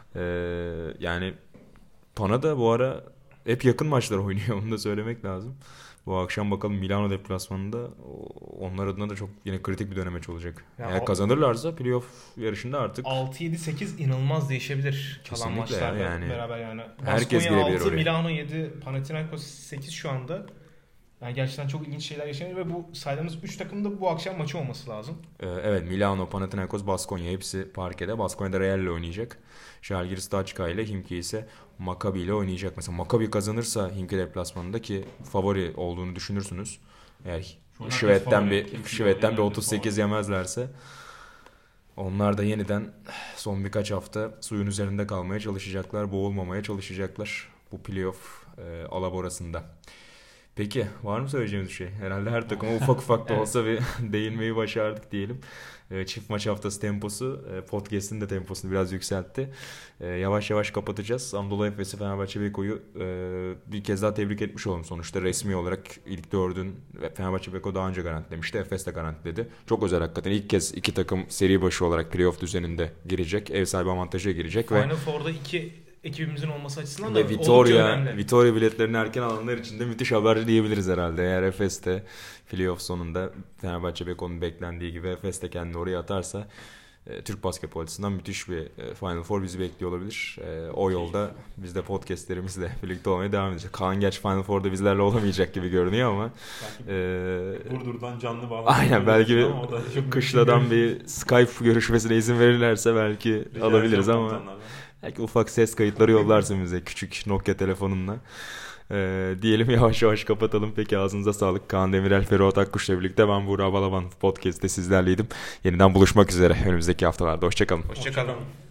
Yani Pana da bu ara hep yakın maçlar oynuyor, onu da söylemek lazım. Bu akşam bakalım Milano deplasmanında, onlar adına da çok yine kritik bir dönemeç olacak. Ya eğer kazanırlarsa playoff yarışında artık 6-7-8 inanılmaz değişebilir kalan maçlarla yani. Beraber yani. Herkes girebilir oraya. Milano 7, Panathinaikos 8 şu anda. Yani gerçekten çok ilginç şeyler yaşanıyor ve bu saydığımız 3 takımın da bu akşam maçı olması lazım. Evet, Milano, Panathinaikos, Baskonya hepsi parkede. Baskonya'da Real ile oynayacak. Žalgiris Dačka ile, Himki ise Maccabi ile oynayacak. Mesela Maccabi kazanırsa Himki deplasmanında, ki favori olduğunu düşünürsünüz. Eğer Şivet'ten bir 38 yemezlerse, onlar da yeniden son birkaç hafta suyun üzerinde kalmaya çalışacaklar. Boğulmamaya çalışacaklar bu playoff alaborasında. Peki var mı söyleyeceğimiz bir şey? Herhalde her takıma ufak ufak da olsa bir değinmeyi başardık diyelim. Çift maç haftası temposu podcast'in de temposunu biraz yükseltti. Yavaş yavaş kapatacağız. Anadolu Efes'i, Fenerbahçe Beko'yu bir kez daha tebrik etmiş olalım. Sonuçta resmi olarak ilk dördün Fenerbahçe Beko daha önce garantilemişti. Efes de garantiledi. Çok özel hakikaten. İlk kez iki takım seri başı olarak playoff düzeninde girecek. Ev sahibi avantajı girecek. Final Four'da iki ekibimizin olması açısından da ve Vitória biletlerini erken alanlar için de müthiş haber diyebiliriz herhalde. Eğer Efes de playoff sonunda Fenerbahçe Beko'nun beklendiği gibi Efes de kendini oraya atarsa Türk basketbol açısından müthiş bir Final Four bizi bekliyor olabilir. O yolda biz de podcastlerimizle birlikte olmaya devam edeceğiz. Kaan gerçi Final Four'da bizlerle olamayacak gibi görünüyor ama Burdur'dan canlı bağlantı. Aynen, belki kışladan bir Skype görüşmesine izin verirlerse belki alabiliriz ama belki ufak ses kayıtları yollarsın bize küçük Nokia telefonunla. Diyelim yavaş yavaş kapatalım. Peki ağzınıza sağlık. Kaan Demirel, Ferhat Akkuş'la birlikte ben Buğra Balaban podcast'te sizlerleydim. Yeniden buluşmak üzere önümüzdeki haftalarda. Hoşçakalın. Hoşçakalın.